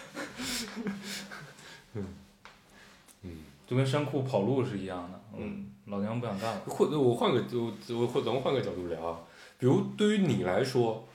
嗯嗯， 就跟删库跑路是一样的，嗯，老娘不想干了。 或者我换个就我或咱们换个角度聊啊，比如对于你来说，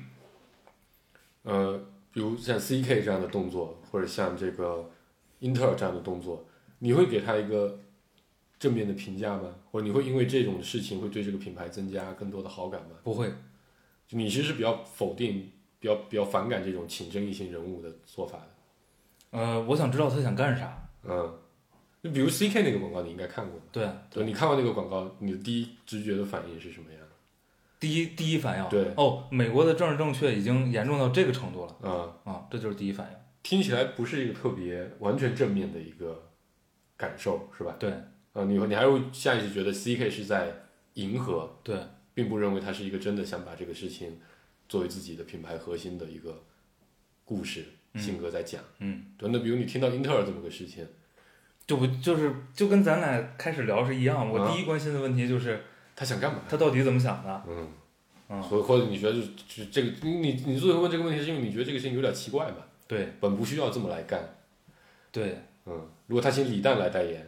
呃，比如像 C K 这样的动作，或者像这个英特尔这样的动作，你会给他一个正面的评价吗？或者你会因为这种事情会对这个品牌增加更多的好感吗？ 不会， 就你其实是比较否定、比较比较反感这种请争议性人物的做法的。 呃，我想知道他想干啥。 嗯，就比如 C K 那个广告，你应该看过吧？ 对对，你看完那个广告，你的第一直觉的反应是什么样？ 第一第一反应， 对， 哦，美国的政治正确已经严重到这个程度了。 啊、 嗯、啊，这就是第一反应。 听起来不是一个特别完全正面的一个感受，是吧？ 对， 呃，你你还会下意识觉得 C K 是在迎合， 对， 并不认为他是一个真的想把这个事情作为自己的品牌核心的一个故事、 嗯、 性格在讲。 嗯， 对。那比如你听到英特尔这么个事情， 就不就是就跟咱俩开始聊是一样，我第一关心的问题就是、啊、 他想干嘛？ 他到底怎么想的？ 嗯。 嗯， 所以或者你觉得就就这个你你最后问这个问题是因为你觉得这个事情有点奇怪嘛？ 对， 本不需要这么来干。 对， 嗯，如果他请李诞来代言，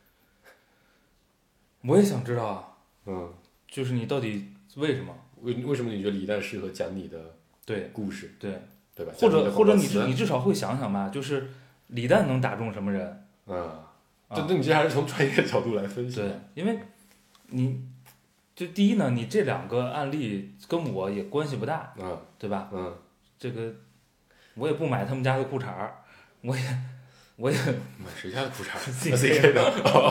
我也想知道啊。 嗯， 就是你到底为什么？ 为为什么你觉得李诞适合讲你的对故事？ 对对吧？ 或者或者你至你至少会想想吧，就是李诞能打中什么人？ 嗯，这那你这还是从专业角度来分析。 对，因为你。就第一呢，你这两个案例跟我也关系不大， 嗯， 对吧？ 嗯， 这个我也不买他们家的裤衩儿，我也我也买谁家的裤衩 ？C K 的，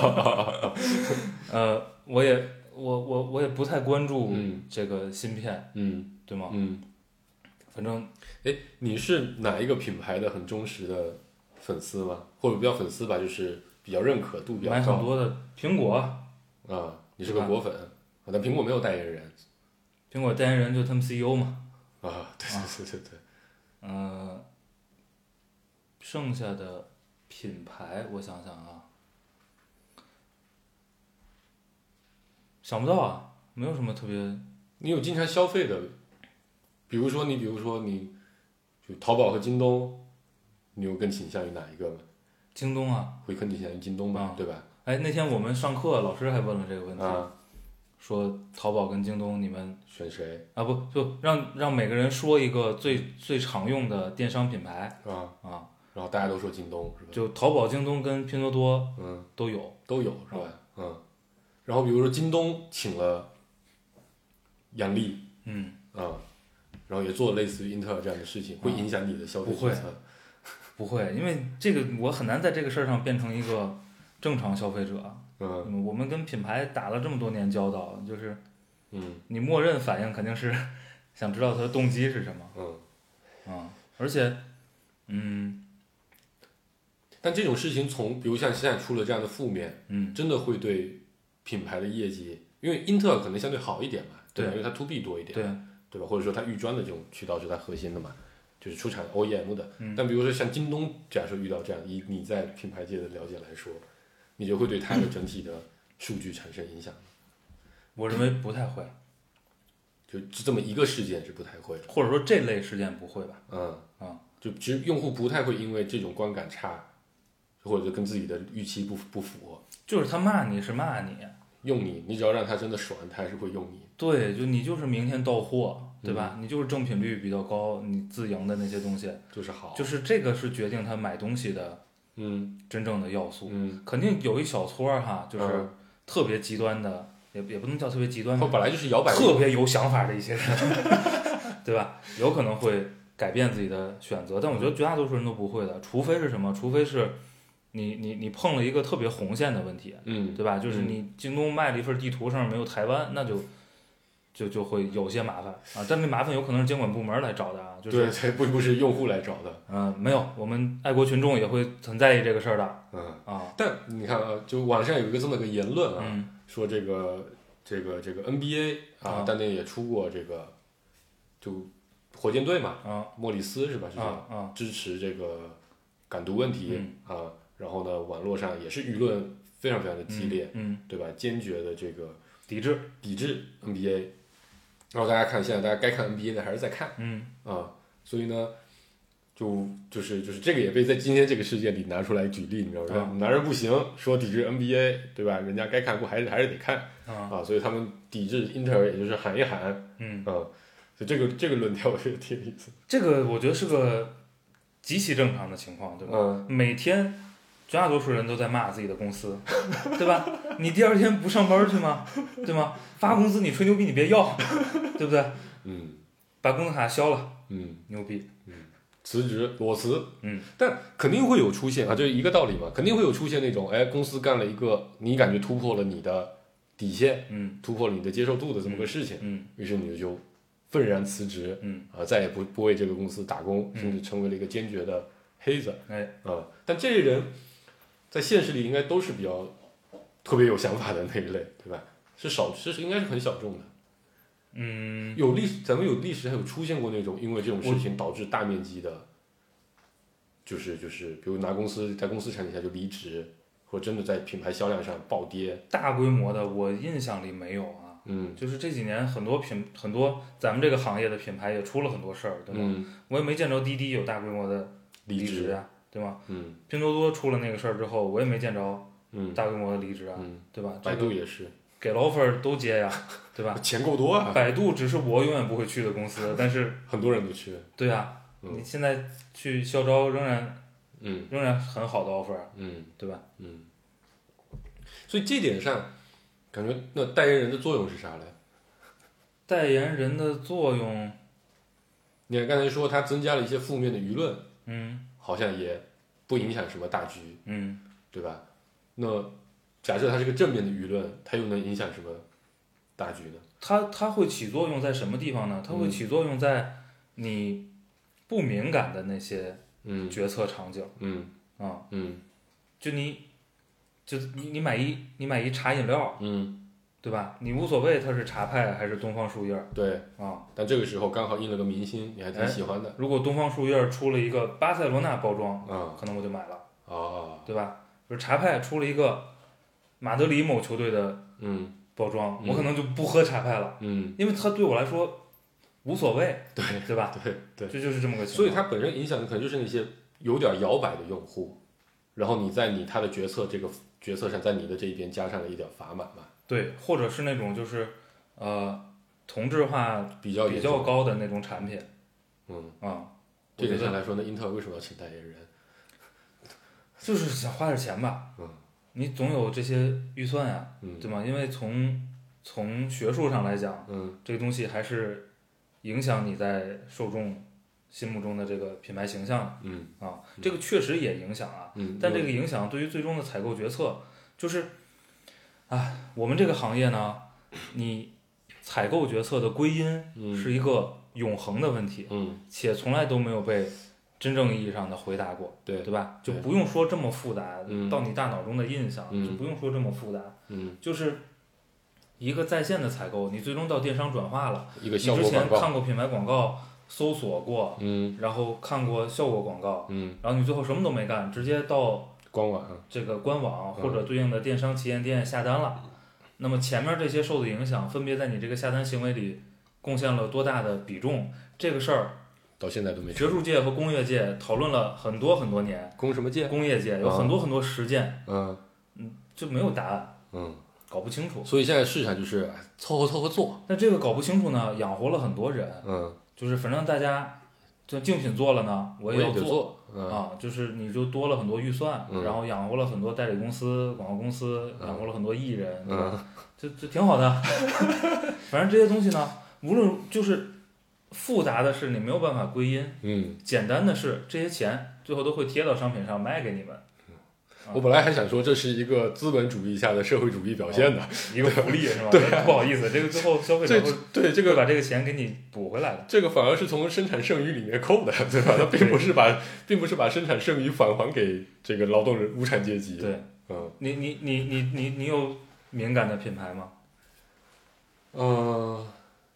呃，我也我我我也不太关注这个芯片， 嗯， 对吗？ 嗯， 反正， 哎，你是哪一个品牌的很忠实的粉丝吗？或者不叫粉丝吧，就是比较认可度比较高。 买很多的苹果啊，你是个果粉。但苹果没有代言人， 苹果代言人就他们 C E O 嘛。 啊，对对对对对。 嗯、呃，剩下的品牌我想想啊，想不到啊，没有什么特别。 你有经常消费的，比如说你，比如说你，就淘宝和京东，你有更倾向于哪一个吗？ 京东啊， 会更倾向于京东吧、嗯，对吧？ 哎，那天我们上课，老师还问了这个问题。 啊， 说淘宝跟京东，你们选谁啊？不，就让让每个人说一个最最常用的电商品牌啊啊， 然后大家都说京东，是吧？ 就淘宝、京东跟拼多多， 嗯， 都有都有，是吧？嗯，然后比如说京东请了杨笠， 嗯啊，然后也做类似于英特尔这样的事情，会影响你的消费决策？ 不会，因为这个我很难在这个事儿上变成一个正常消费者。 嗯， 我们跟品牌打了这么多年交道，就是， 嗯， 你默认反应肯定是想知道他的动机是什么， 嗯， 啊，而且，嗯， 但这种事情从，比如像现在出了这样的负面， 嗯， 真的会对品牌的业绩，因为英特尔可能相对好一点嘛，对吧？因为它 to B 多一点， 对， 对吧？或者说它预专的这种渠道是它核心的嘛，就是出产 O E M 的。 嗯， 但比如说像京东，假设遇到这样，以你在品牌界的了解来说。你就会对它的整体的数据产生影响？ 我认为不太会， 就这么一个事件是不太会， 或者说这类事件不会吧？ 嗯嗯， 就其实用户不太会因为这种观感差，或者跟自己的预期不不符， 就是他骂你是骂你， 用你，你只要让他真的爽，他还是会用你。 对，就你就是明天到货，对吧？嗯、你就是正品率比较高，你自营的那些东西就是好， 就是这个是决定他买东西的。 嗯， 真正的要素， 嗯， 肯定有一小撮儿哈，就是特别极端的，嗯、也也不能叫特别极端， 本来就是摇摆， 特别有想法的一些人，对吧？有可能会改变自己的选择，但我觉得绝大多数人都不会的，除非是什么？除非是你你你碰了一个特别红线的问题， 嗯， 对吧？就是你京东卖了一份地图上面没有台湾，那就。就就会有些麻烦啊，但这麻烦有可能是监管部门来找的啊，就是对，这不不是用户来找的， 嗯、呃，没有，我们爱国群众也会很在意这个事儿的， 嗯啊， 但你看啊，就网上有一个这么个言论啊， 嗯、 说这个这个这个 N B A 啊， 啊当年也出过这个，就火箭队嘛， 啊， 莫里斯是吧？是啊啊， 支持这个港独问题、 嗯、 啊，然后呢，网络上也是舆论非常非常的激烈， 嗯，嗯对吧？坚决的这个抵制抵制 N B A。然后大家看，现在大家该看 N B A 的还是在看， 嗯啊，所以呢，就就是就是这个也被在今天这个事件里拿出来举例，你知道吗？啊、男人不行，说抵制 N B A， 对吧？人家该看不还是还是得看啊， 啊，所以他们抵制英特尔，也就是喊一喊， 嗯啊，所以这个这个论调我觉得挺有意思。 这个我觉得是个极其正常的情况，对吧？ 嗯， 每天绝大多数人都在骂自己的公司，对吧？你第二天不上班去吗？对吗？发工资你吹牛逼你别要，对不对？ 嗯， 把工资卡消了， 嗯， 牛逼， 嗯，辞职裸辞， 嗯， 但肯定会有出现啊，就是一个道理嘛，肯定会有出现那种，哎，公司干了一个你感觉突破了你的底线， 嗯， 突破了你的接受度的这么个事情， 嗯， 于是你就愤然辞职， 嗯， 啊，再也不不为这个公司打工， 嗯、 甚至成为了一个坚决的黑子， 哎， 啊、呃，但这些人在现实里应该都是比较特别有想法的那一类，对吧？是少，这是应该是很小众的。 嗯， 有历史，咱们有历史还有出现过那种因为这种事情导致大面积的，就是就是，比如拿公司在公司产品下就离职，或者真的在品牌销量上暴跌。 大规模的我印象里没有啊， 嗯， 就是这几年很多品很多咱们这个行业的品牌也出了很多事儿，对吗？ 嗯， 我也没见着滴滴有大规模的离职啊，对吗？ 嗯， 拼多多出了那个事儿之后，我也没见着嗯大规模的离职啊， 嗯， 对吧？ 百度也是， 给了 offer 都接呀，对吧？ 钱够多啊。 百度只是我永远不会去的公司，但是很多人都去。 对啊， 嗯你现在去校招仍然嗯仍然很好的 offer， 嗯， 对吧？ 嗯，所以这点上，感觉那代言人的作用是啥嘞？ 代言人的作用， 你看刚才说他增加了一些负面的舆论， 嗯好像也不影响什么大局， 嗯， 对吧？那假设它是个正面的舆论，它又能影响什么大局呢？ 它它会起作用在什么地方呢？它会起作用在你不敏感的那些嗯决策场景， 嗯啊， 嗯就你就你你买一你买一茶饮料， 嗯， 对吧？你无所谓它是茶派还是东方树叶儿对。 啊。 但这个时候刚好印了个明星，你还挺喜欢的。 如果东方树叶儿出了一个巴塞罗那包装， 啊可能我就买了， 哦， 对吧？比如茶派出了一个马德里某球队的嗯包装， 嗯我可能就不喝茶派了， 嗯， 因为它对我来说无所谓， 对对吧？ 对对， 这就是这么个情况。 所以它本身影响的可能就是那些有点摇摆的用户，然后你在你他的决策这个决策上，在你的这一边加上了一点砝码嘛。 对，或者是那种就是呃同质化比较比较高的那种产品， 嗯啊， 这点上来说呢，英特尔为什么要请代言人？ 就是想花点钱吧， 嗯， 你总有这些预算呀， 嗯对吗？因为从从学术上来讲， 嗯这个东西还是影响你在受众心目中的这个品牌形象的嗯啊，这个确实也影响啊， 嗯， 但这个影响对于最终的采购决策，就是，啊，我们这个行业呢，你采购决策的归因嗯是一个永恒的问题， 嗯且从来都没有被真正意义上的回答过， 对对吧？就对不用说这么复杂， 嗯到你大脑中的印象嗯就不用说这么复杂， 嗯， 就是一个在线的采购，你最终到电商转化了， 一个你之前效果广告。 看过品牌广告，搜索过， 嗯然后看过效果广告， 嗯， 然后你最后什么都没干，直接到官网这个官网嗯或者对应的电商旗舰店下单了。那么前面这些受的影响，分别在你这个下单行为里贡献了多大的比重？这个事儿， 到现在都没学术界和工业界讨论了很多很多年， 攻什么界？ 工业界有很多很多实践， 嗯就没有答案， 嗯， 搞不清楚。 所以现在市场就是哎凑合凑合做。 那这个搞不清楚呢，养活了很多人， 嗯， 就是反正大家就竞品做了呢，我也要做。 就做。嗯啊，就是你就多了很多预算， 嗯然后养活了很多代理公司、广告公司， 嗯养活了很多艺人，对吧？ 嗯这这挺好的。反正这些东西呢，无论就是复杂的是你没有办法归因， 嗯， 简单的是这些钱最后都会贴到商品上卖给你们。 我本来还想说这是一个资本主义下的社会主义表现的， 一个福利是吧？ 对不好意思，这个最后消费者这会对这个会把这个钱给你补回来的。 这个反而是从生产剩余里面扣的，对吧？它并不是把并不是把生产剩余返还给这个劳动人无产阶级。 对， 嗯你你你你你你有敏感的品牌吗？ 呃，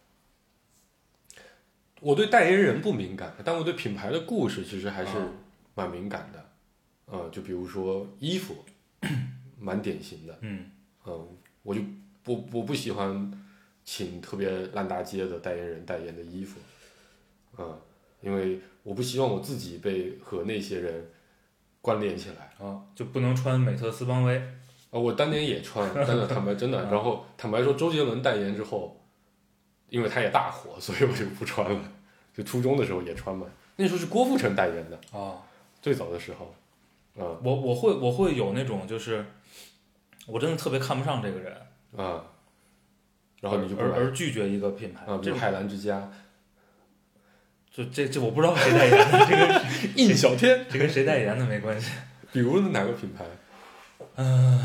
我对代言人不敏感，但我对品牌的故事其实还是蛮敏感的。呃，就比如说衣服，蛮典型的。 嗯嗯，我就不我不喜欢请特别烂大街的代言人代言的衣服，嗯，因为我不希望我自己被和那些人关联起来。 啊，就不能穿美特斯邦威。 啊，我当年也穿，但是坦白真的，然后坦白说，周杰伦代言之后，因为他也大火，所以我就不穿了。就初中的时候也穿嘛，那时候是郭富城代言的啊， 最早的时候，啊我我会我会有那种就是，我真的特别看不上这个人， 啊，然后你就不买而而拒绝一个品牌啊，比这种如海澜之家， 就这这我不知道谁代言的，这个印小天， 这跟谁代言的没关系。 比如哪个品牌？ 嗯、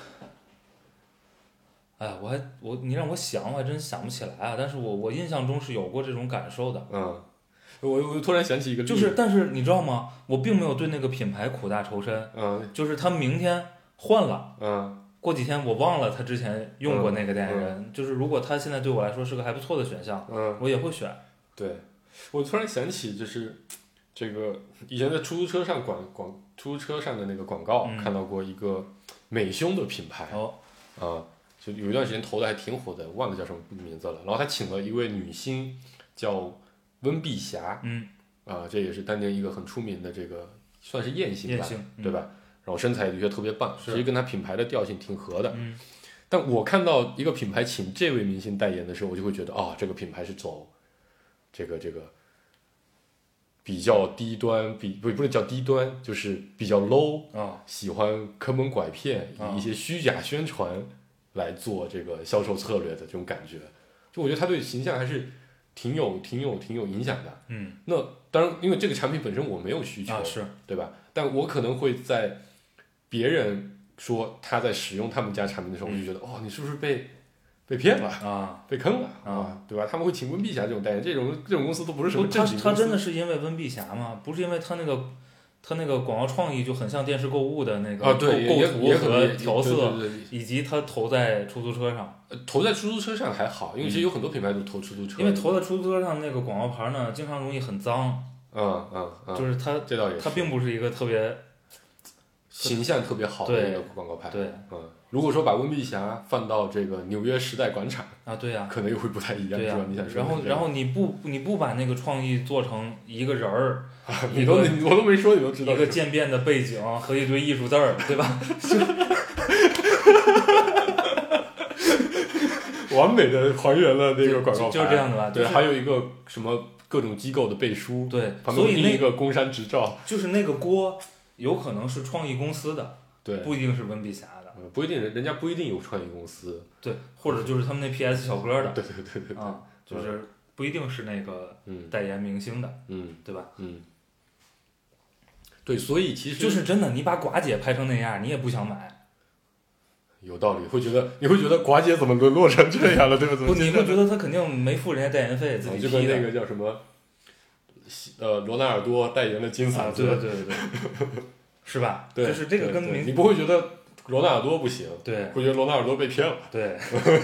哎，我还我你让我想，我还真想不起来啊。但是我我印象中是有过这种感受的。 嗯， 我我突然想起一个例子， 就是但是你知道吗？我并没有对那个品牌苦大仇深， 嗯就是他明天换了， 嗯过几天我忘了他之前用过那个代言人， 嗯就是如果他现在对我来说是个还不错的选项， 嗯， 我也会选。 对，我突然想起就是这个以前在出租车上广广出租车上的那个广告、 嗯、 看到过一个美胸的品牌， 哦啊，就有一段时间投的还挺火的，忘了叫什么名字了。然后他请了一位女星叫温碧霞， 嗯， 啊，这也是当年一个很出名的这个算是艳星吧， 艳星、嗯、 对吧？然后身材的确特别棒，其实跟他品牌的调性挺合的。 嗯， 但我看到一个品牌请这位明星代言的时候，我就会觉得啊，这个品牌是走这个这个比较低端，比不不是叫低端，就是比较 low 啊， 喜欢坑蒙拐骗，以一些虚假宣传来做这个销售策略的这种感觉。就我觉得他对形象还是挺有挺有挺有影响的。 嗯， 那当然，因为这个产品本身我没有需求， 啊、是对吧？但我可能会在别人说他在使用他们家产品的时候， 嗯、 我就觉得哦，你是不是被被骗了啊， 被坑了啊， 对吧？他们会请温碧霞这种代言，这种这种公司都不是什么正经公司。 他他真的是因为温碧霞吗？不是因为他那个他那个广告创意就很像电视购物的那个啊，对， 构图和调色， 对对对， 以及他投在出租车上。 呃，投在出租车上还好，因为其实有很多品牌都投出租车。 因为投在出租车上那个广告牌呢，经常容易很脏。 嗯嗯嗯， 就是它这倒也是， 它并不是一个特别形象特别好的一个广告牌。 对， 嗯，如果说把温碧霞放到这个纽约时代广场啊，对呀、 啊，可能又会不太一样， 对呀、 啊。你想说， 然后然后你不你不把那个创意做成一个人儿， 啊、你都你我都没说，你都知道一个渐变的背景和一堆艺术字儿，对吧？ 完美的还原了那个广告牌， 就是这样的吧？ 对， 就是、 还有一个什么各种机构的背书， 对， 旁边印一个工商执照， 就是那个锅有可能是创意公司的， 对， 不一定是温碧霞的， 嗯、不一定人人家不一定有创意公司， 对，或者就是他们那 P S 小哥的， 对对对对对， 啊，就是不一定是那个代言明星的， 嗯， 对吧？ 嗯，对，所以其实就是真的，你把寡姐拍成那样，你也不想买。 有道理，会觉得你会觉得寡姐怎么沦落成这样了，对不对？ 不，你会觉得她肯定没付人家代言费，自己批的。 就跟那个叫什么，呃，罗纳尔多代言的金嗓子， 啊、对对对对，是吧？ 对， 就是这个跟明你不会觉得罗纳尔多不行， 对， 会觉得罗纳尔多被骗了， 对。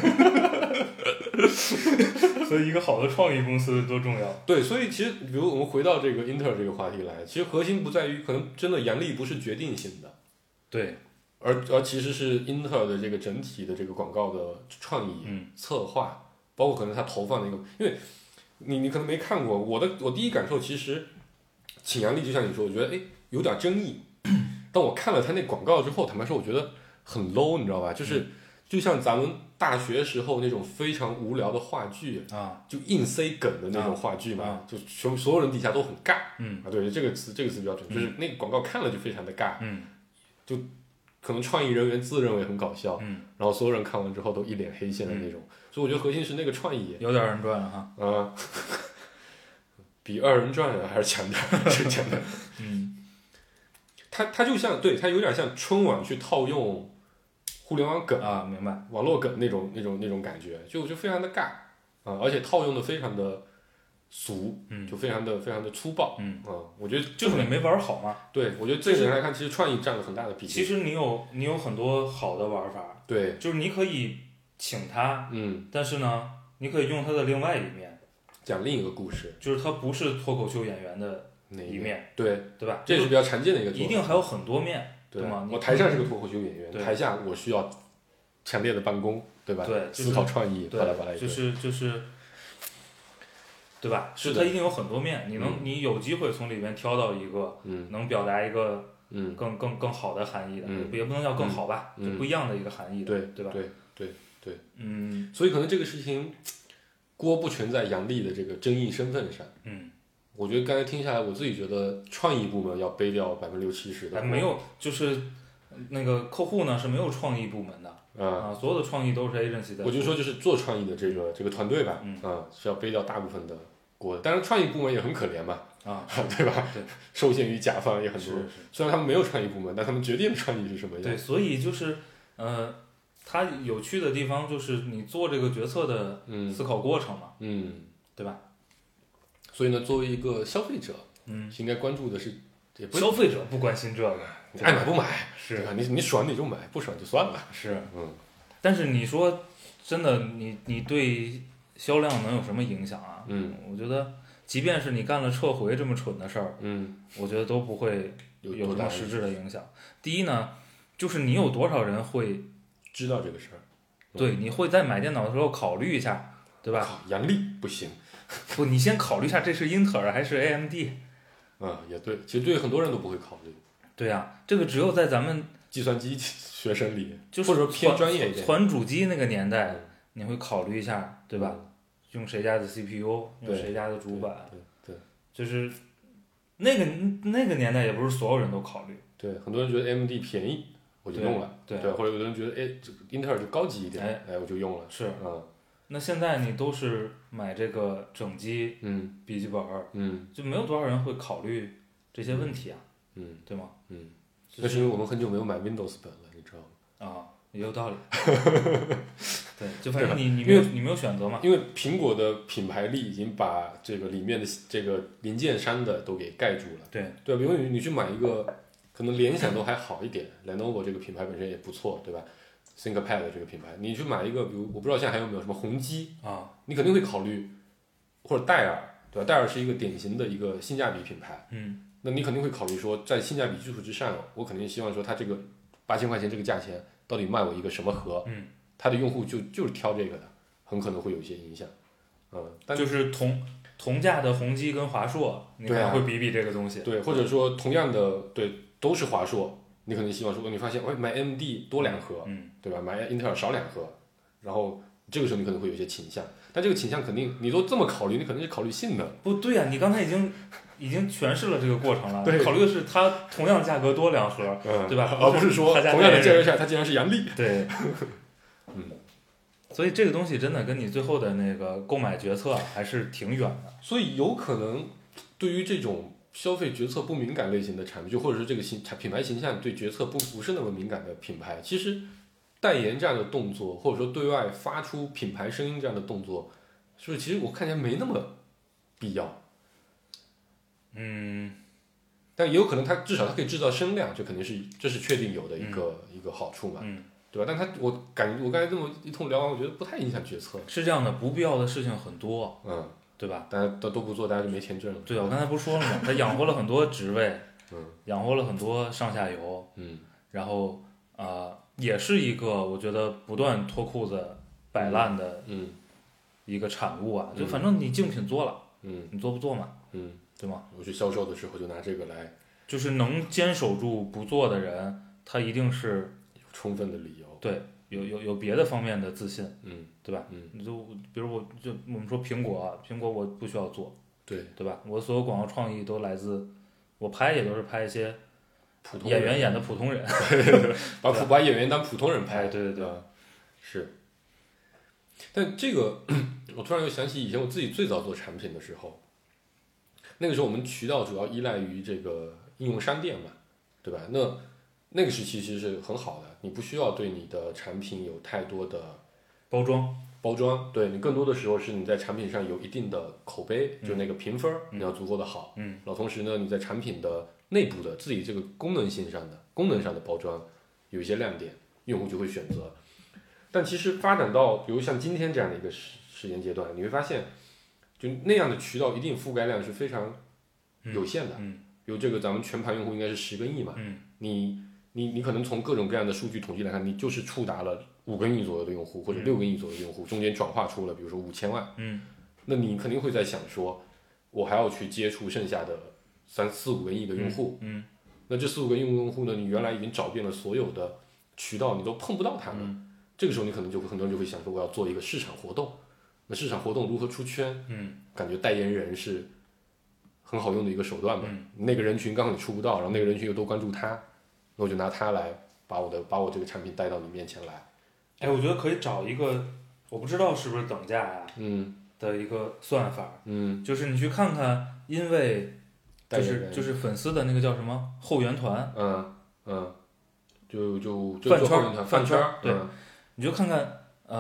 所以一个好的创意公司多重要。 对，所以其实比如我们回到这个英特尔这个话题来，其实核心不在于可能真的杨笠不是决定性的， 对。 而而其实是英特尔的这个整体的这个广告的创意、 嗯、 策划，包括可能他投放的一个，因为你你可能没看过，我的我第一感受其实，请杨笠就像你说，我觉得哎有点争议。当我看了他那广告之后，坦白说，我觉得很 low， 你知道吧？就是、嗯、就像咱们大学时候那种非常无聊的话剧啊， 就硬塞梗的那种话剧嘛， 啊、 就全所有人底下都很尬。 嗯啊，对，这个词这个词比较准， 嗯、 就是那个广告看了就非常的尬。 嗯， 就。可能创意人员自认为很搞笑， 嗯， 然后所有人看完之后都一脸黑线的那种，嗯、所以我觉得核心是那个创意， 有点二人转了哈， 啊，比二人转还是强点，是强点， 嗯， 它它就像对它有点像春晚去套用互联网梗啊，明白， 网络梗那种那种那种感觉，就就非常的尬啊，而且套用的非常的俗， 嗯， 就非常的非常的粗暴， 嗯啊，我觉得就是你没玩好嘛。 对，我觉得这个人来看，其实创意占了很大的比例。 其实你有你有很多好的玩法， 对， 就是你可以请他， 嗯， 但是呢，你可以用他的另外一面， 讲另一个故事， 就是他不是脱口秀演员的一面， 对对吧？ 这是比较常见的一个做法， 一定还有很多面， 对吗？ 我台上是个脱口秀演员，台下我需要强烈的办公，对吧？ 对， 思考创意，巴拉巴拉， 就是就是。对吧？是它一定有很多面，你能、嗯、你有机会从里面挑到一个， 嗯， 能表达一个， 嗯， 更更更好的含义的， 嗯， 也不能叫更好吧， 嗯、 就不一样的一个含义的， 对对吧？ 对对对， 嗯， 所以可能这个事情锅不全在杨笠的这个争议身份上， 嗯， 我觉得刚才听下来，我自己觉得创意部门要背掉百分之六七十的， 还没有，就是那个客户呢是没有创意部门的。 啊、 啊，所有的创意都是 agency 的。 我就说就是做创意的这个这个团队吧， 嗯啊，是要背掉大部分的锅的。当然，创意部门也很可怜嘛， 啊， 对吧？ 对， 受限于甲方也很多。 是是。 虽然他们没有创意部门，但他们决定创意是什么样。 对，所以就是，呃，它有趣的地方就是你做这个决策的思考过程嘛， 嗯， 对吧？ 所以呢，作为一个消费者， 嗯， 应该关注的是，也不消费者不关心这个， 你爱买不买， 是对吧？你你爽你就买，不爽就算了。 是， 嗯。 但是你说真的，你你对销量能有什么影响啊？ 嗯， 我觉得，即便是你干了撤回这么蠢的事儿， 嗯， 我觉得都不会有有什么实质的影响。第一呢，就是你有多少人会知道这个事儿， 对，你会在买电脑的时候考虑一下，对吧？ 靠，阳历不行。 不，你先考虑一下这是英特尔还是 A M D。 啊，也对，其实对很多人都不会考虑。 对呀、啊，这个只有在咱们计算机学生里， 就是或者说偏专业一点， 传主机那个年代， 嗯、 你会考虑一下，对吧？嗯、用谁家的 C P U， 用谁家的主板， 对 对, 对， 就是那个那个年代也不是所有人都考虑。 对，很多人觉得 A M D 便宜，我就用了， 对， 对，或者有的人觉得哎，这个英特尔就高级一点， 哎， 哎，我就用了。 是， 嗯。 那现在你都是买这个整机， 嗯， 笔记本， 嗯， 就没有多少人会考虑这些问题啊， 嗯， 对吗？ 嗯，那是因为我们很久没有买 Windows 本了，你知道吗？ 啊，也有道理。对，就反正你你没有你没有选择嘛。 因为苹果的品牌力已经把这个里面的这个零件商的都给盖住了。 对对，比如你你去买一个，可能联想都还好一点，Lenovo 这个品牌本身也不错，对吧？ThinkPad 这个品牌，你去买一个，比如我不知道现在还有没有什么宏基啊， 你肯定会考虑，或者戴尔，对吧？戴尔是一个典型的一个性价比品牌， 嗯， 那你肯定会考虑说，在性价比基础之上，我肯定希望说它这个八千块钱这个价钱到底卖我一个什么盒， 嗯， 它的用户就就是挑这个的，很可能会有一些影响，嗯，但就是同同价的宏基跟华硕，你可能会比比这个东西， 对，或者说同样的对都是华硕。你可能希望说，你发现，哎，买 A M D 多两盒， 嗯， 对吧？买英特尔少两盒，然后这个时候你可能会有一些倾向，但这个倾向肯定你都这么考虑，你肯定是考虑性能。 不对呀、啊，你刚才已经已经诠释了这个过程了， 对， 考虑的是它同样价格多两盒， 嗯、 对吧？ 而不是说同样的价格下它竟然是阳历。 对， 嗯， 所以这个东西真的跟你最后的那个购买决策还是挺远的。 所以有可能对于这种消费决策不敏感类型的产品，就或者是这个形品牌形象对决策不不是那么敏感的品牌，其实代言这样的动作，或者说对外发出品牌声音这样的动作，是不是其实我看起来没那么必要？ 嗯， 但也有可能它至少它可以制造声量，这肯定是这是确定有的一个、嗯、一个好处嘛， 嗯， 对吧？但它我感觉我刚才这么一通聊完，我觉得不太影响决策。 是这样的，不必要的事情很多， 嗯。 对吧？ 大家都都不做，大家就没钱挣了。 对啊，我刚才不是说了吗？他养活了很多职位， 嗯， 养活了很多上下游， 嗯， 然后啊、呃，也是一个我觉得不断脱裤子摆烂的， 嗯， 一个产物啊。 嗯、 就反正你竞品做了， 嗯， 你做不做嘛？ 嗯， 对吗？ 我去销售的时候就拿这个来， 就是能坚守住不做的人，他一定是有充分的理由。 对。有有有别的方面的自信， 嗯， 对吧？ 嗯， 你就比如我就我们说苹果啊，苹果我不需要做， 对对吧？我所有广告创意都来自我拍也都是拍一些普通演员演的普通人， 把普把演员当普通人拍， 对对对， 嗯、是。但这个我突然又想起以前我自己最早做产品的时候，那个时候我们渠道主要依赖于这个应用商店嘛，对吧？那那个时期其实是很好的，你不需要对你的产品有太多的包装， 包装，对你更多的时候是你在产品上有一定的口碑， 嗯、 就那个评分、 嗯、 你要足够的好， 嗯， 然后同时呢，你在产品的内部的自己这个功能性上的功能上的包装有一些亮点，用户就会选择。但其实发展到比如像今天这样的一个时时间阶段，你会发现，就那样的渠道一定覆盖量是非常有限的， 嗯，嗯比如这个咱们全盘用户应该是十个亿嘛， 嗯， 你。你你可能从各种各样的数据统计来看，你就是触达了五个亿左右的用户，或者六个亿左右的用户，中间转化出了比如说五千万， 嗯， 那你肯定会在想说，我还要去接触剩下的三四五个亿的用户， 嗯，嗯那这四五个亿用户呢，你原来已经找遍了所有的渠道，你都碰不到他们， 嗯、 这个时候你可能就很多人就会想说，我要做一个市场活动，那市场活动如何出圈？ 嗯， 感觉代言人是很好用的一个手段嘛， 嗯、 那个人群刚好你触不到，然后那个人群又都关注他。那我就拿它来把我的把我这个产品带到你面前来。 哎，我觉得可以找一个，我不知道是不是等价呀， 嗯， 的一个算法， 嗯， 就是你去看看，因为就是就是粉丝的那个叫什么后援团， 嗯嗯，就就饭圈饭圈饭圈，对， 嗯、 你就看看呃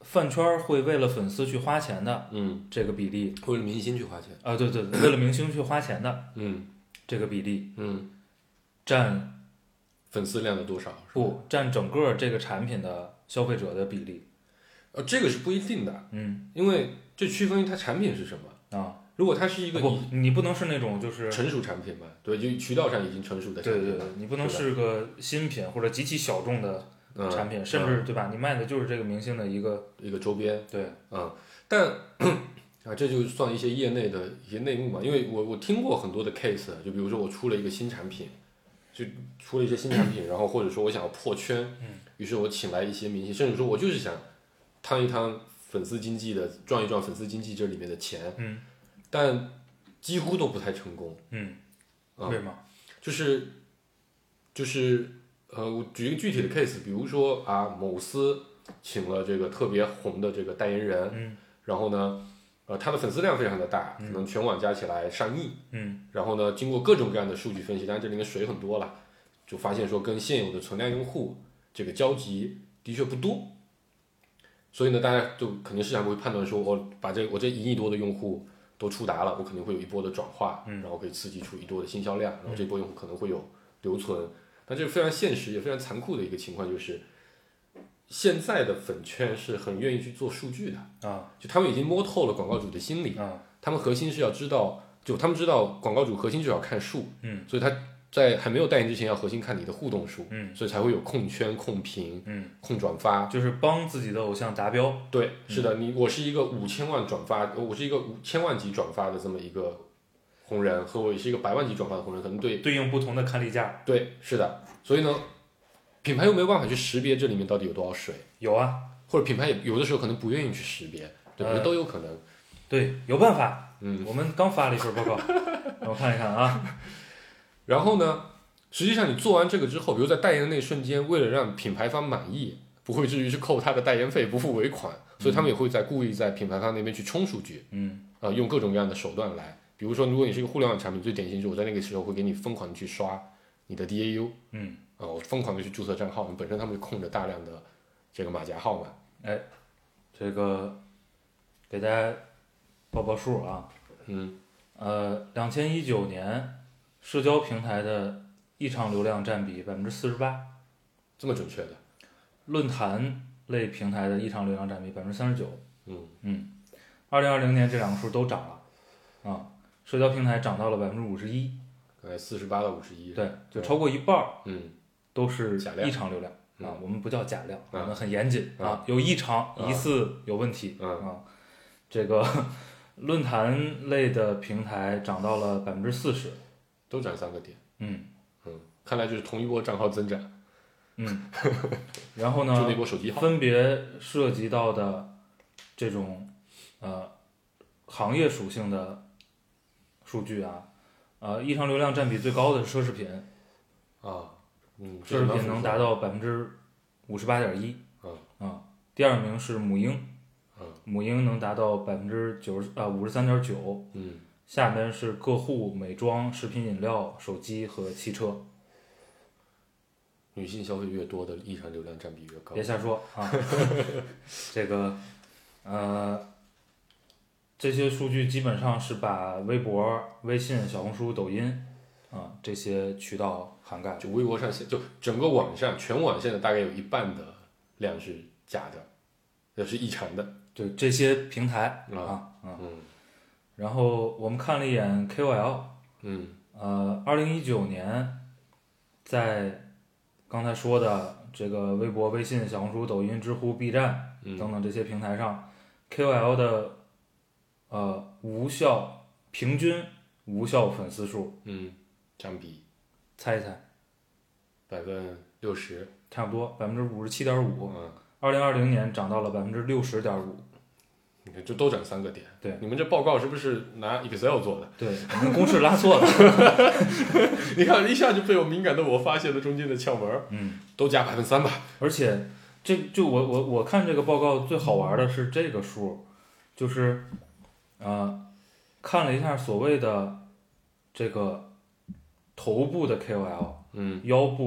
饭圈会为了粉丝去花钱的， 嗯， 这个比例， 为了明星去花钱啊，对对对，为了明星去花钱的， 嗯， 这个比例， 嗯， 占粉丝量的多少？ 不占整个这个产品的消费者的比例？ 呃，这个是不一定的， 嗯， 因为这区分于它产品是什么啊。 如果它是一个不，你不能是那种就是成熟产品嘛，对，就渠道上已经成熟的产品， 对对对，你不能是个新品或者极其小众的产品， 嗯、 甚至、嗯、对吧？你卖的就是这个明星的一个一个周边， 对， 嗯，但啊，这就算一些业内的一些内幕嘛，因为我我听过很多的 case，就比如说我出了一个新产品，就出了一些新产品，然后或者说我想要破圈， 嗯，于是我请来一些明星，甚至说我就是想趟一趟粉丝经济的，赚一赚粉丝经济这里面的钱， 嗯， 但几乎都不太成功， 嗯， 啊、 为什么？ 就是就是呃，我举一个具体的 case， 比如说啊，某司请了这个特别红的这个代言人， 嗯， 然后呢，呃，他的粉丝量非常的大， 嗯、 可能全网加起来上亿， 嗯， 然后呢，经过各种各样的数据分析，当然这里面水很多了，就发现说跟现有的存量用户这个交集的确不多，所以呢，大家就肯定市场会判断说，我把这我这一亿多的用户都触达了，我肯定会有一波的转化， 嗯、 然后可以刺激出一多的新销量，然后这波用户可能会有留存。但这个非常现实也非常残酷的一个情况就是，现在的粉圈是很愿意去做数据的啊， 就他们已经摸透了广告主的心理啊， 他们核心是要知道，就他们知道广告主核心就是要看数， 嗯， 所以他在还没有代言之前要核心看你的互动数， 嗯， 所以才会有控圈、控评、 嗯、 控转发， 就是帮自己的偶像达标。 对，是的，你我是一个五千万转发，我是一个五千万级转发的这么一个红人，和我也是一个百万级转发的红人，可能对对应不同的看例价。 对，是的，所以呢，品牌又没有办法去识别这里面到底有多少水。 有啊， 或者品牌也有的时候可能不愿意去识别，对吧？呃、都有可能。 对，有办法。 嗯， 我们刚发了一份报告，让我看一看啊。 然后呢，实际上你做完这个之后，比如在代言的那一瞬间，为了让品牌方满意，不会至于去扣他的代言费，不付尾款，所以他们也会在故意在品牌方那边去冲数据。 嗯， 啊、呃，用各种各样的手段来，比如说，如果你是一个互联网产品，最典型就是我在那个时候会给你疯狂的去刷你的 D A U。 嗯， 啊、呃，我疯狂的去注册账号，本身他们就控着大量的这个马甲号码。 哎，这个给大家报报数啊。 嗯， 呃，两千一九年社交平台的异常流量占比百分之四十八， 这么准确的。 论坛类平台的异常流量占比百分之三十九。 嗯嗯，二零二零年这两个数都涨了啊，社交平台涨到了百分之五十一， 刚才四十八到五十一， 对，就超过一半儿， 嗯， 都是异常流量。啊，我们不叫假量，我们很严谨啊，有异常、疑似有问题啊。这个论坛类的平台涨到了百分之四十， 都涨三个点。 嗯嗯，看来就是同一波账号增长。 嗯，然后呢， 就那波手机号分别涉及到的这种呃行业属性的数据啊，呃，异常流量占比最高的是奢侈品啊。嗯， 奢侈品能达到百分之五十八点一，啊，第二名是母婴， 嗯， 母婴能达到百分之九十啊五十三点九， 嗯， 下面是个护、美妆、食品饮料、手机和汽车。 女性消费越多的异常流量占比越高。 别瞎说啊，这个呃，这些数据基本上是把微博、微信、小红书、抖音啊这些渠道涵盖。 就微博上就整个网上全网现在大概有一半的量是假的，也是异常的。 对这些平台啊啊嗯， 嗯， 然后我们看了一眼 K O L， 嗯， 呃，二零一九年在刚才说的这个微博、微信、小红书、抖音、知乎、B 站等等这些平台上、嗯、K O L 的呃无效平均无效粉丝数， 嗯，占比， 猜一猜， 百分六十， 差不多百分之五十七点五。 嗯， 二零二零年涨到了百分之六十点五。 你看，就都涨三个点。 对， 你们这报告是不是拿 Excel 做的？ 对，我们公式拉错了。 你看，一下就被我敏感的我发现了中间的窍门。 嗯， 都加百分之三吧。 而且，这就我我我看这个报告最好玩的是这个数，就是，呃，看了一下所谓的这个头部的 K O L， 嗯， 腰部的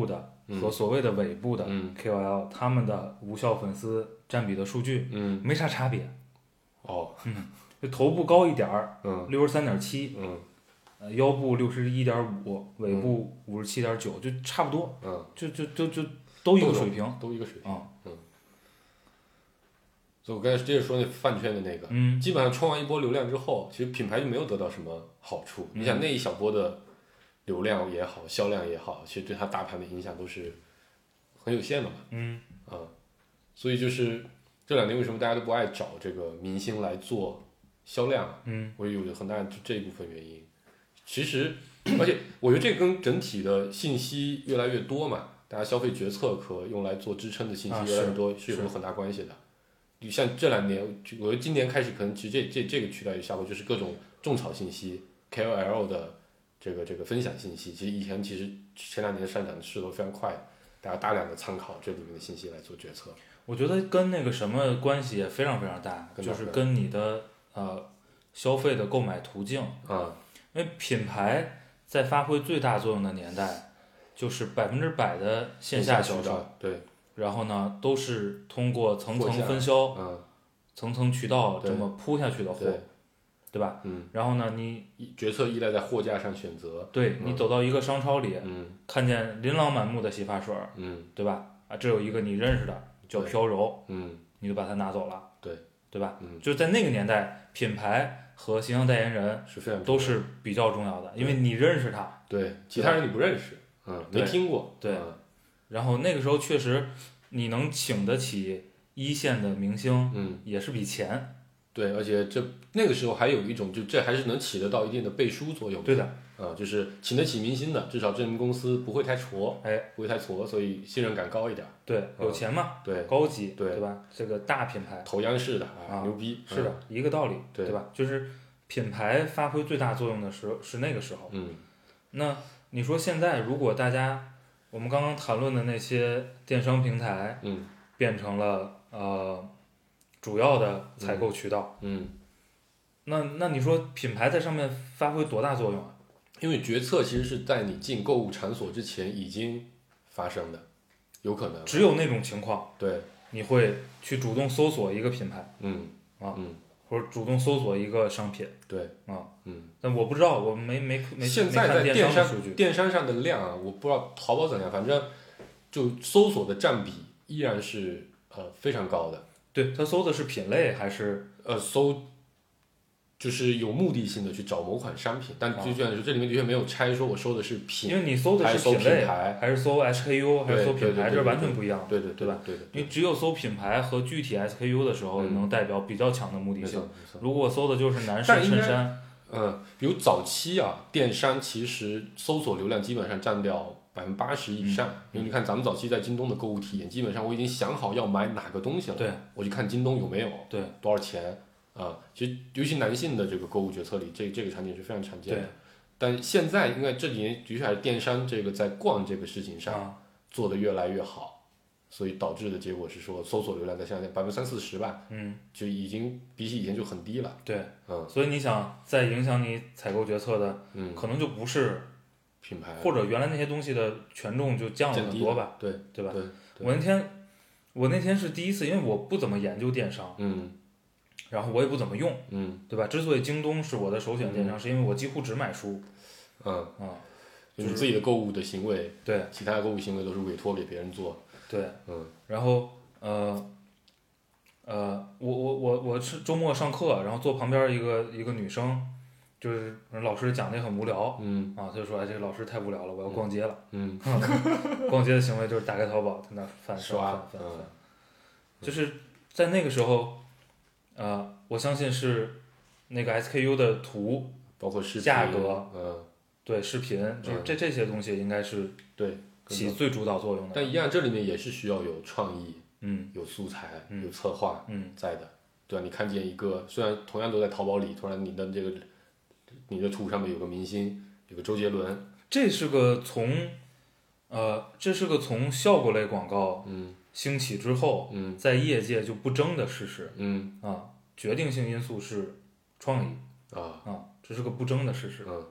和所谓的尾部的嗯 K O L，、他们的无效粉丝占比的数据嗯， 没啥差别。 哦， 就头部高一点儿， 嗯六十三点七， 嗯呃，腰部六十一点五，尾部五十七点九，就差不多， 嗯， 就就就就都一个水平都一个水平。 啊。 所以我刚才接着说那饭圈的那个， 嗯， 基本上冲完一波流量之后，其实品牌就没有得到什么好处。 嗯你想那一小波的流量也好，销量也好，其实对它大盘的影响都是很有限的嘛。 嗯啊，所以就是这两年为什么大家都不爱找这个明星来做销量？ 嗯， 我有很大的这一部分原因。其实，而且我觉得这跟整体的信息越来越多嘛，大家消费决策可用来做支撑的信息啊越来越多， 是是有很大关系的。你像这两年，我觉得今年开始可能其实这这这个渠道也下滑，就是各种种草信息、K O L 的这个这个分享信息。其实以前其实前两年上涨的势头非常快，大家大量的参考这里面的信息来做决策。 我觉得跟那个什么关系也非常非常大， 跟就是跟你的呃消费的购买途径啊， 因为品牌在发挥最大作用的年代，就是百分之百的线下销售， 对， 然后呢都是通过层层货架分销、 嗯， 层层渠道对这么铺下去的货， 对， 对吧？ 嗯， 然后呢，你决策依赖在货架上选择。 对你走到一个商超里， 嗯看见琳琅满目的洗发水， 嗯对吧？啊，这有一个你认识的叫对飘柔， 嗯你就把它拿走了， 对， 对吧？ 嗯， 就是在那个年代，品牌和形象代言人是非常都是比较重要的，因为你认识他， 对，其他人你不认识，嗯，没对听过， 对嗯然后那个时候确实你能请得起一线的明星， 嗯， 也是笔钱。 对，而且这那个时候还有一种，就这还是能起得到一定的背书作用的。 对的， 啊、就是请得起明星的，至少证明公司不会太矬， 哎， 不会太矬，所以信任感高一点。 对， 嗯有钱嘛， 对， 高级， 对对吧？这个大品牌投央视的啊牛逼， 是的，一个道理， 对吧？就是品牌发挥最大作用的时候是那个时候。 嗯那你说现在如果大家我们刚刚谈论的那些电商平台嗯变成了呃主要的采购渠道， 嗯， 那那你说品牌在上面发挥多大作用啊？ 因为决策其实是在你进购物场所之前已经发生的，有可能。 只有那种情况， 对， 你会去主动搜索一个品牌嗯啊， 嗯， 或者主动搜索一个商品对， 啊。 嗯。 但我不知道，我没没没现在在没看电电商商的数据。 电商上的量啊，我不知道淘宝怎样，反正就搜索的占比依然是呃非常高的。 对，他搜的是品类还是呃，搜就是有目的性的去找某款商品，但啊就这样说，这里面的确没有拆说我收的是品， 因为你搜的还是搜品类品牌还是搜 S K U 还是搜对对品牌， 对对这是完全不一样的。 对对对吧？ 对的， 你只有搜品牌和具体 S K U 的时候， 嗯能代表比较强的目的性。 没错没错。 如果我搜的就是男士但应该衬衫， 嗯，比如早期啊，电商其实搜索流量基本上占掉百分之八十以上， 嗯因为你看咱们早期在京东的购物体验，基本上我已经想好要买哪个东西了， 对， 我就看京东有没有， 对， 多少钱啊？其实尤其男性的这个购物决策里，这这个场景是非常常见的。 对但现在因为这几年的确还是电商这个在逛这个事情上啊， 做得越来越好，所以导致的结果是说搜索流量在现在百分之三四十吧， 嗯， 就已经比起以前就很低了。 对， 嗯所以你想在影响你采购决策的， 嗯， 可能就不是品牌或者原来那些东西的权重就降了降低很多吧， 对对吧？ 对，对我那天我那天是第一次，因为我不怎么研究电商， 嗯然后我也不怎么用， 嗯对吧？之所以京东是我的首选电商，是因为我几乎只买书嗯， 啊， 就你自己的购物的行为， 对其他的购物行为都是委托给别人做。 对， 嗯然后呃呃，我我我我是周末上课，然后坐旁边一个一个女生，就是老师讲的也很无聊嗯啊，她就说哎这个老师太无聊了，我要逛街了。 嗯， 逛街的行为就是打开淘宝，在那翻刷翻翻翻嗯翻，就是在那个时候，呃，我相信是那个 S K U 的图包括视频价格， 嗯对视频，就是这这些东西应该是对， 起最主导作用的。 但一样这里面也是需要有创意、 嗯有素材、 嗯有策划嗯在的，对吧？你看见一个虽然同样都在淘宝里，突然你的这个你的图上面有个明星，有个周杰伦， 这是个从，呃，这是个从效果类广告嗯兴起之后， 嗯在业界就不争的事实嗯啊。决定性因素是创意啊啊，这是个不争的事实。 嗯，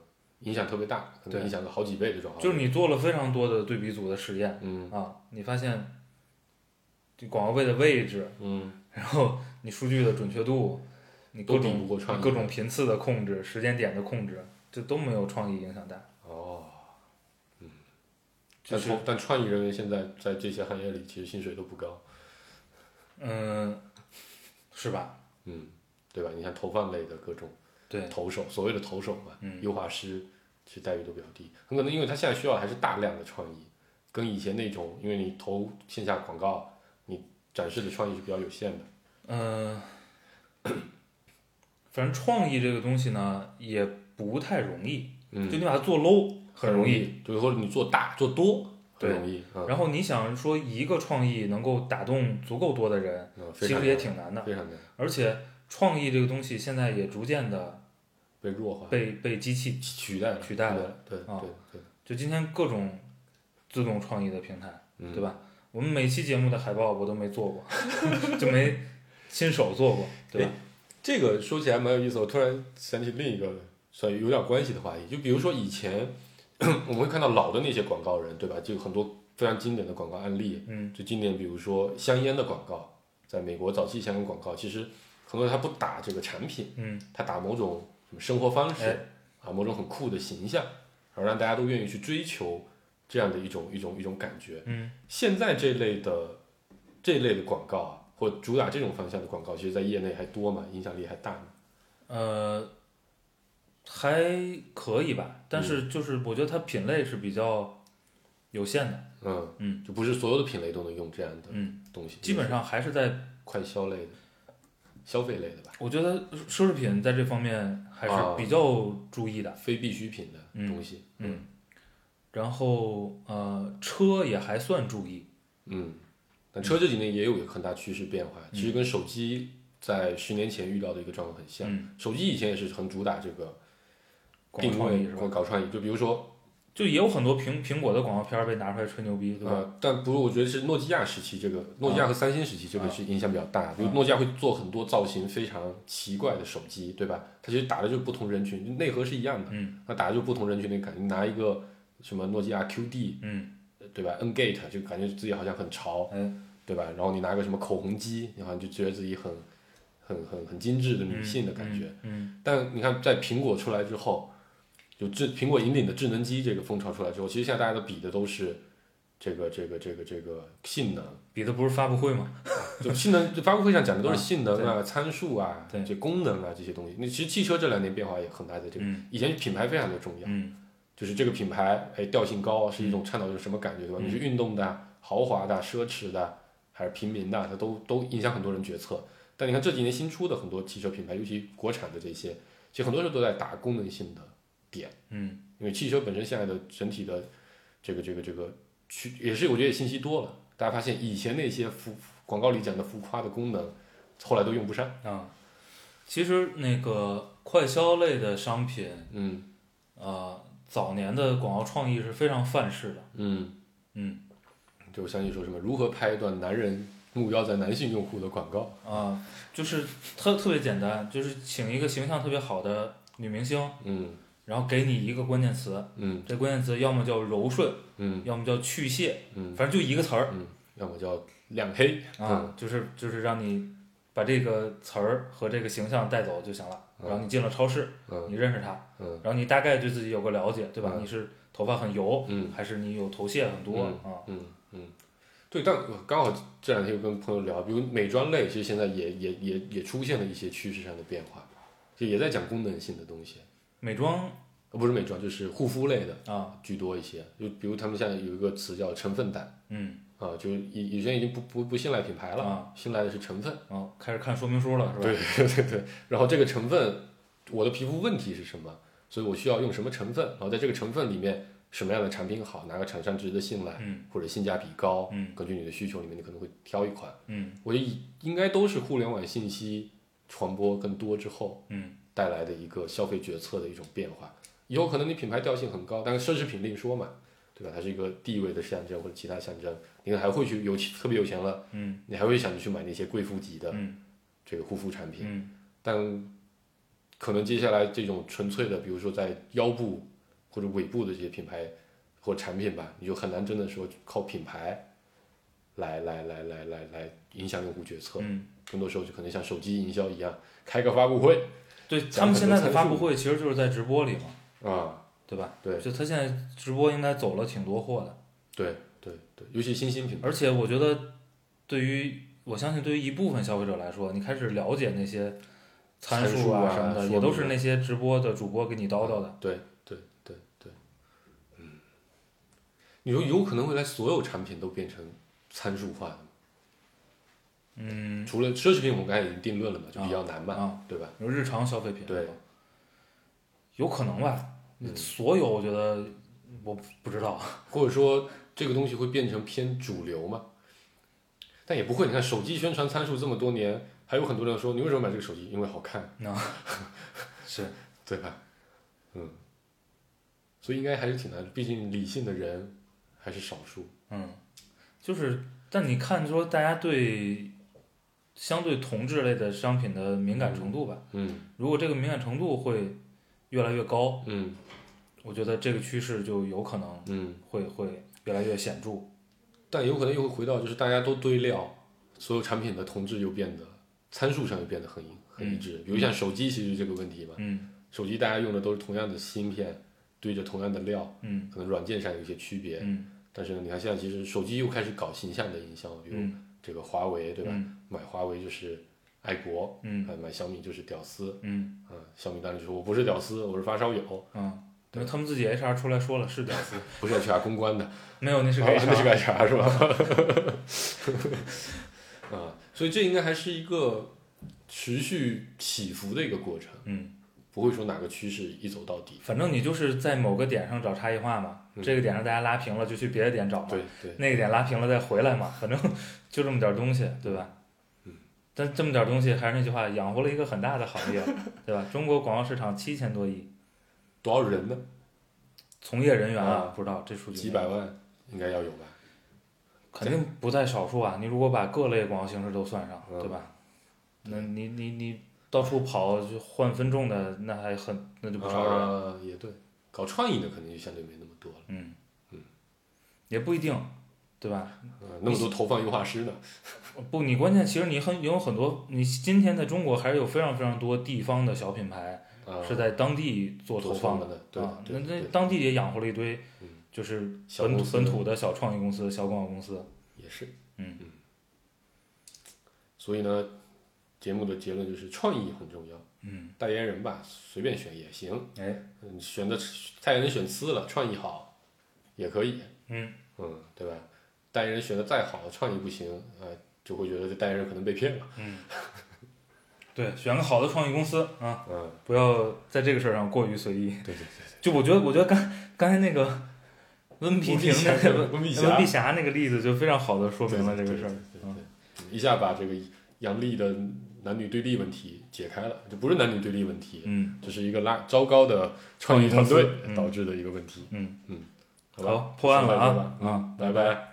影响特别大，可能对影响个好几倍的转化率。 就是你做了非常多的对比组的实验， 嗯啊，你发现这广告位的位置， 嗯， 然后你数据的准确度，你各都比不种过创意各种频次的控制、时间点的控制，这都没有创意影响大。 哦，嗯， 就是但从但创意人员现在在这些行业里，其实薪水都不高， 嗯，是吧？ 嗯，对吧？你像投放类的各种对， 投手，所谓的投手嘛， 嗯优化师，其实待遇都比较低，很可能因为他现在需要还是大量的创意，跟以前那种，因为你投线下广告，你展示的创意是比较有限的。 嗯、反正创意这个东西呢，也不太容易， 嗯， 就你把它做 low 很容易， 易，就是或者你做大做多很对容易，嗯， 然后你想说一个创意能够打动足够多的人， 嗯非常其实也挺难的。 非常难而且创意这个东西现在也逐渐的被弱化， 被被机器取代了， 取代了了，对啊对对， 就今天各种自动创意的平台， 嗯对吧？我们每期节目的海报我都没做过，就没亲手做过，对吧？ 这个说起来蛮有意思，我突然想起另一个算有点关系的话题，就比如说以前我们会看到老的那些广告人，对吧？就很多非常经典的广告案例， 嗯， 就经典，比如说香烟的广告，在美国早期香烟广告，其实很多人他不打这个产品， 嗯， 他打某种什么生活方式、 哎啊，某种很酷的形象，然后让大家都愿意去追求这样的一种一种一种感觉。 嗯， 现在这类的这一类的广告啊，或主打这种方向的广告，其实在业内还多嘛，影响力还大嘛。 呃，还可以吧，但是就是我觉得它品类是比较有限的， 嗯嗯， 就不是所有的品类都能用这样的嗯， 东西， 基本上还是在， 快消类的、消费类的吧， 我觉得奢侈品在这方面还是比较注意的， 非必需品的东西。 嗯，然后呃，车也还算注意， 嗯，但车这几年也有一个很大趋势变化，其实跟手机在十年前遇到的一个状况很像。 嗯， 手机以前也是很主打这个定位广告创意是吧？ 或搞创意，就比如说， 就也有很多苹苹果的广告片儿被拿出来吹牛逼，对吧？ 呃，但不是，我觉得是诺基亚时期这个，诺基亚和三星时期这个是影响比较大。比如诺基亚会做很多造型非常奇怪的手机，对吧？它其实打的就是不同人群，内核是一样的， 嗯， 它打的就是不同人群的感觉。你拿一个什么诺基亚 Q D， 嗯， 对吧 ？N Gate 就感觉自己好像很潮， 哎， 对吧？然后你拿个什么口红机，你好像就觉得自己很很很很精致的女性的感觉。 嗯， 但你看，在苹果出来之后，就智苹果引领的智能机这个风潮出来之后，其实现在大家都比的都是这个这个这个这个性能， 比的不是发布会吗？ 就性能，就发布会上讲的都是性能啊、参数啊、 对这功能啊这些东西。那其实汽车这两年变化也很大，在这个、 嗯以前品牌非常的重要， 嗯就是这个品牌哎调性高是一种倡导一种什么感觉，对吧？ 嗯你是运动的啊、豪华的啊、奢侈的啊还是平民的啊，它都都影响很多人决策。但你看这几年新出的很多汽车品牌，尤其国产的这些，其实很多时候都在打功能性的点。 嗯因为汽车本身现在的整体的这个这个这个去也是我觉得也信息多了，大家发现以前那些浮广告里讲的浮夸的功能，后来都用不上。 啊，其实那个快消类的商品， 嗯呃，早年的广告创意是非常范式的， 嗯， 嗯就相信说什么如何拍一段男人目标在男性用户的广告。 啊，就是特特别简单，就是请一个形象特别好的女明星， 嗯然后给你一个关键词， 嗯这关键词要么叫柔顺， 嗯要么叫去屑， 嗯反正就一个词儿嗯，要么叫亮黑啊，就是就是让你把这个词儿和这个形象带走就行了。 嗯然后你进了超市， 嗯你认识他， 嗯然后你大概对自己有个了解，对吧？ 嗯你是头发很油， 嗯还是你有头屑很多嗯啊？ 嗯嗯，对，但我刚好这两天又跟朋友聊，比如美妆类，其实现在也也也也出现了一些趋势上的变化，就也在讲功能性的东西。 美妆呃，不是美妆，就是护肤类的啊， 居多一些。就比如他们现在有一个词叫成分党嗯啊，就是以以前已经不不不信赖品牌了， 啊信赖的是成分。 啊，开始看说明书了，是吧？ 对对对对。然后这个成分，我的皮肤问题是什么？所以我需要用什么成分？然后在这个成分里面，什么样的产品好，哪个厂商值得信赖， 嗯或者性价比高， 嗯根据你的需求里面，你可能会挑一款。 嗯我觉得以应该都是互联网信息传播更多之后嗯带来的一个消费决策的一种变化。以后可能你品牌调性很高，但是奢侈品另说嘛，对吧？它是一个地位的象征或者其他象征，你可能还会去有特别有钱了， 嗯你还会想去买那些贵妇级的嗯这个护肤产品， 嗯但可能接下来这种纯粹的，比如说在腰部或者尾部的这些品牌或产品吧，你就很难真的说靠品牌来来来来来来影响用户决策。 嗯， 更多时候就可能像手机营销一样，开个发布会。 对，他们现在的发布会其实就是在直播里嘛， 啊， 对吧？ 对， 就他现在直播应该走了挺多货的。 对对对，尤其新兴品牌。 而且我觉得，对于我相信对于一部分消费者来说，你开始了解那些参数啊什么的，也都是那些直播的主播给你叨叨的。 对对对对，嗯，你说有可能未来所有产品都变成参数化的吗？ 嗯， 除了奢侈品，我们刚才已经定论了嘛，就比较难嘛， 啊、 对吧？ 有日常消费品， 对， 有可能吧。 嗯、 所有我觉得我不知道， 或者说这个东西会变成偏主流嘛？但也不会。你看手机宣传参数这么多年，还有很多人说你为什么买这个手机？因为好看。 啊，是， 对吧？嗯，所以应该还是挺难，毕竟理性的人还是少数。 嗯，就是，但你看说大家对相对同质类的商品的敏感程度吧， 嗯， 如果这个敏感程度会越来越高， 嗯， 我觉得这个趋势就有可能， 嗯， 会会越来越显著。 但有可能又会回到就是大家都堆料，所有产品的同质又变得参数上又变得很很一致。 嗯、 比如像手机，其实这个问题嘛， 嗯， 手机大家用的都是同样的芯片，堆着同样的料， 嗯， 可能软件上有一些区别， 嗯， 但是呢，你看现在其实手机又开始搞形象的营销，比如这个华为，对吧？ 嗯、 买华为就是爱国， 嗯， 买小米就是屌丝， 嗯， 啊，小米当然就说我不是屌丝，我是发烧友， 嗯，对，他们自己 H R 出来说了是屌丝， 不是 H R 公关的， 没有，那是 H R，、 啊、那是个 H R 是吧？啊，所以这应该还是一个持续起伏的一个过程， 嗯， 不会说哪个趋势一走到底。 反正你就是在某个点上找差异化嘛， 嗯、 这个点上大家拉平了就去别的点找嘛， 对对， 那个点拉平了再回来嘛，反正就这么点东西，对吧？ 嗯， 但这么点东西还是那句话，养活了一个很大的行业，对吧？中国广告市场七千多亿， 多少人呢？ 从业人员啊， 啊不知道这数据几百万应该要有吧？ 肯定不在少数啊！你如果把各类广告形式都算上， 嗯、 对吧？那你你你到处跑就换分众的，那还很那就不少人。 啊，也对，搞创意的肯定就相对没那么多了。 嗯嗯， 也不一定，对吧？ 呃、那么多投放优化师呢？ 不，你关键其实你很有很多，你今天在中国还是有非常非常多地方的小品牌、 啊、 是在当地做投放的，对啊， 对那那当地也养活了一堆， 嗯、 就是本土本土的小创意公司、小广告公司。 也是， 嗯嗯。所以呢，节目的结论就是创意很重要。 嗯， 代言人吧，随便选也行。 哎， 嗯，选的代言人选次了，创意好，也可以。 嗯嗯，对吧？代言人选的再好，创意不行，啊、呃，就会觉得这代言人可能被骗了。 嗯。对，选个好的创意公司啊， 嗯， 不要在这个事儿上过于随意。 对对对就我觉得，我觉得刚刚才那个温碧婷那个温碧温碧霞那个例子，就非常好的说明了这个事儿。 嗯，一下把这个杨笠的男女对立问题解开了，就不是男女对立问题， 嗯， 这是一个拉糟糕的创意团队导致的一个问题。 嗯嗯， 好，破案了啊啊，拜拜。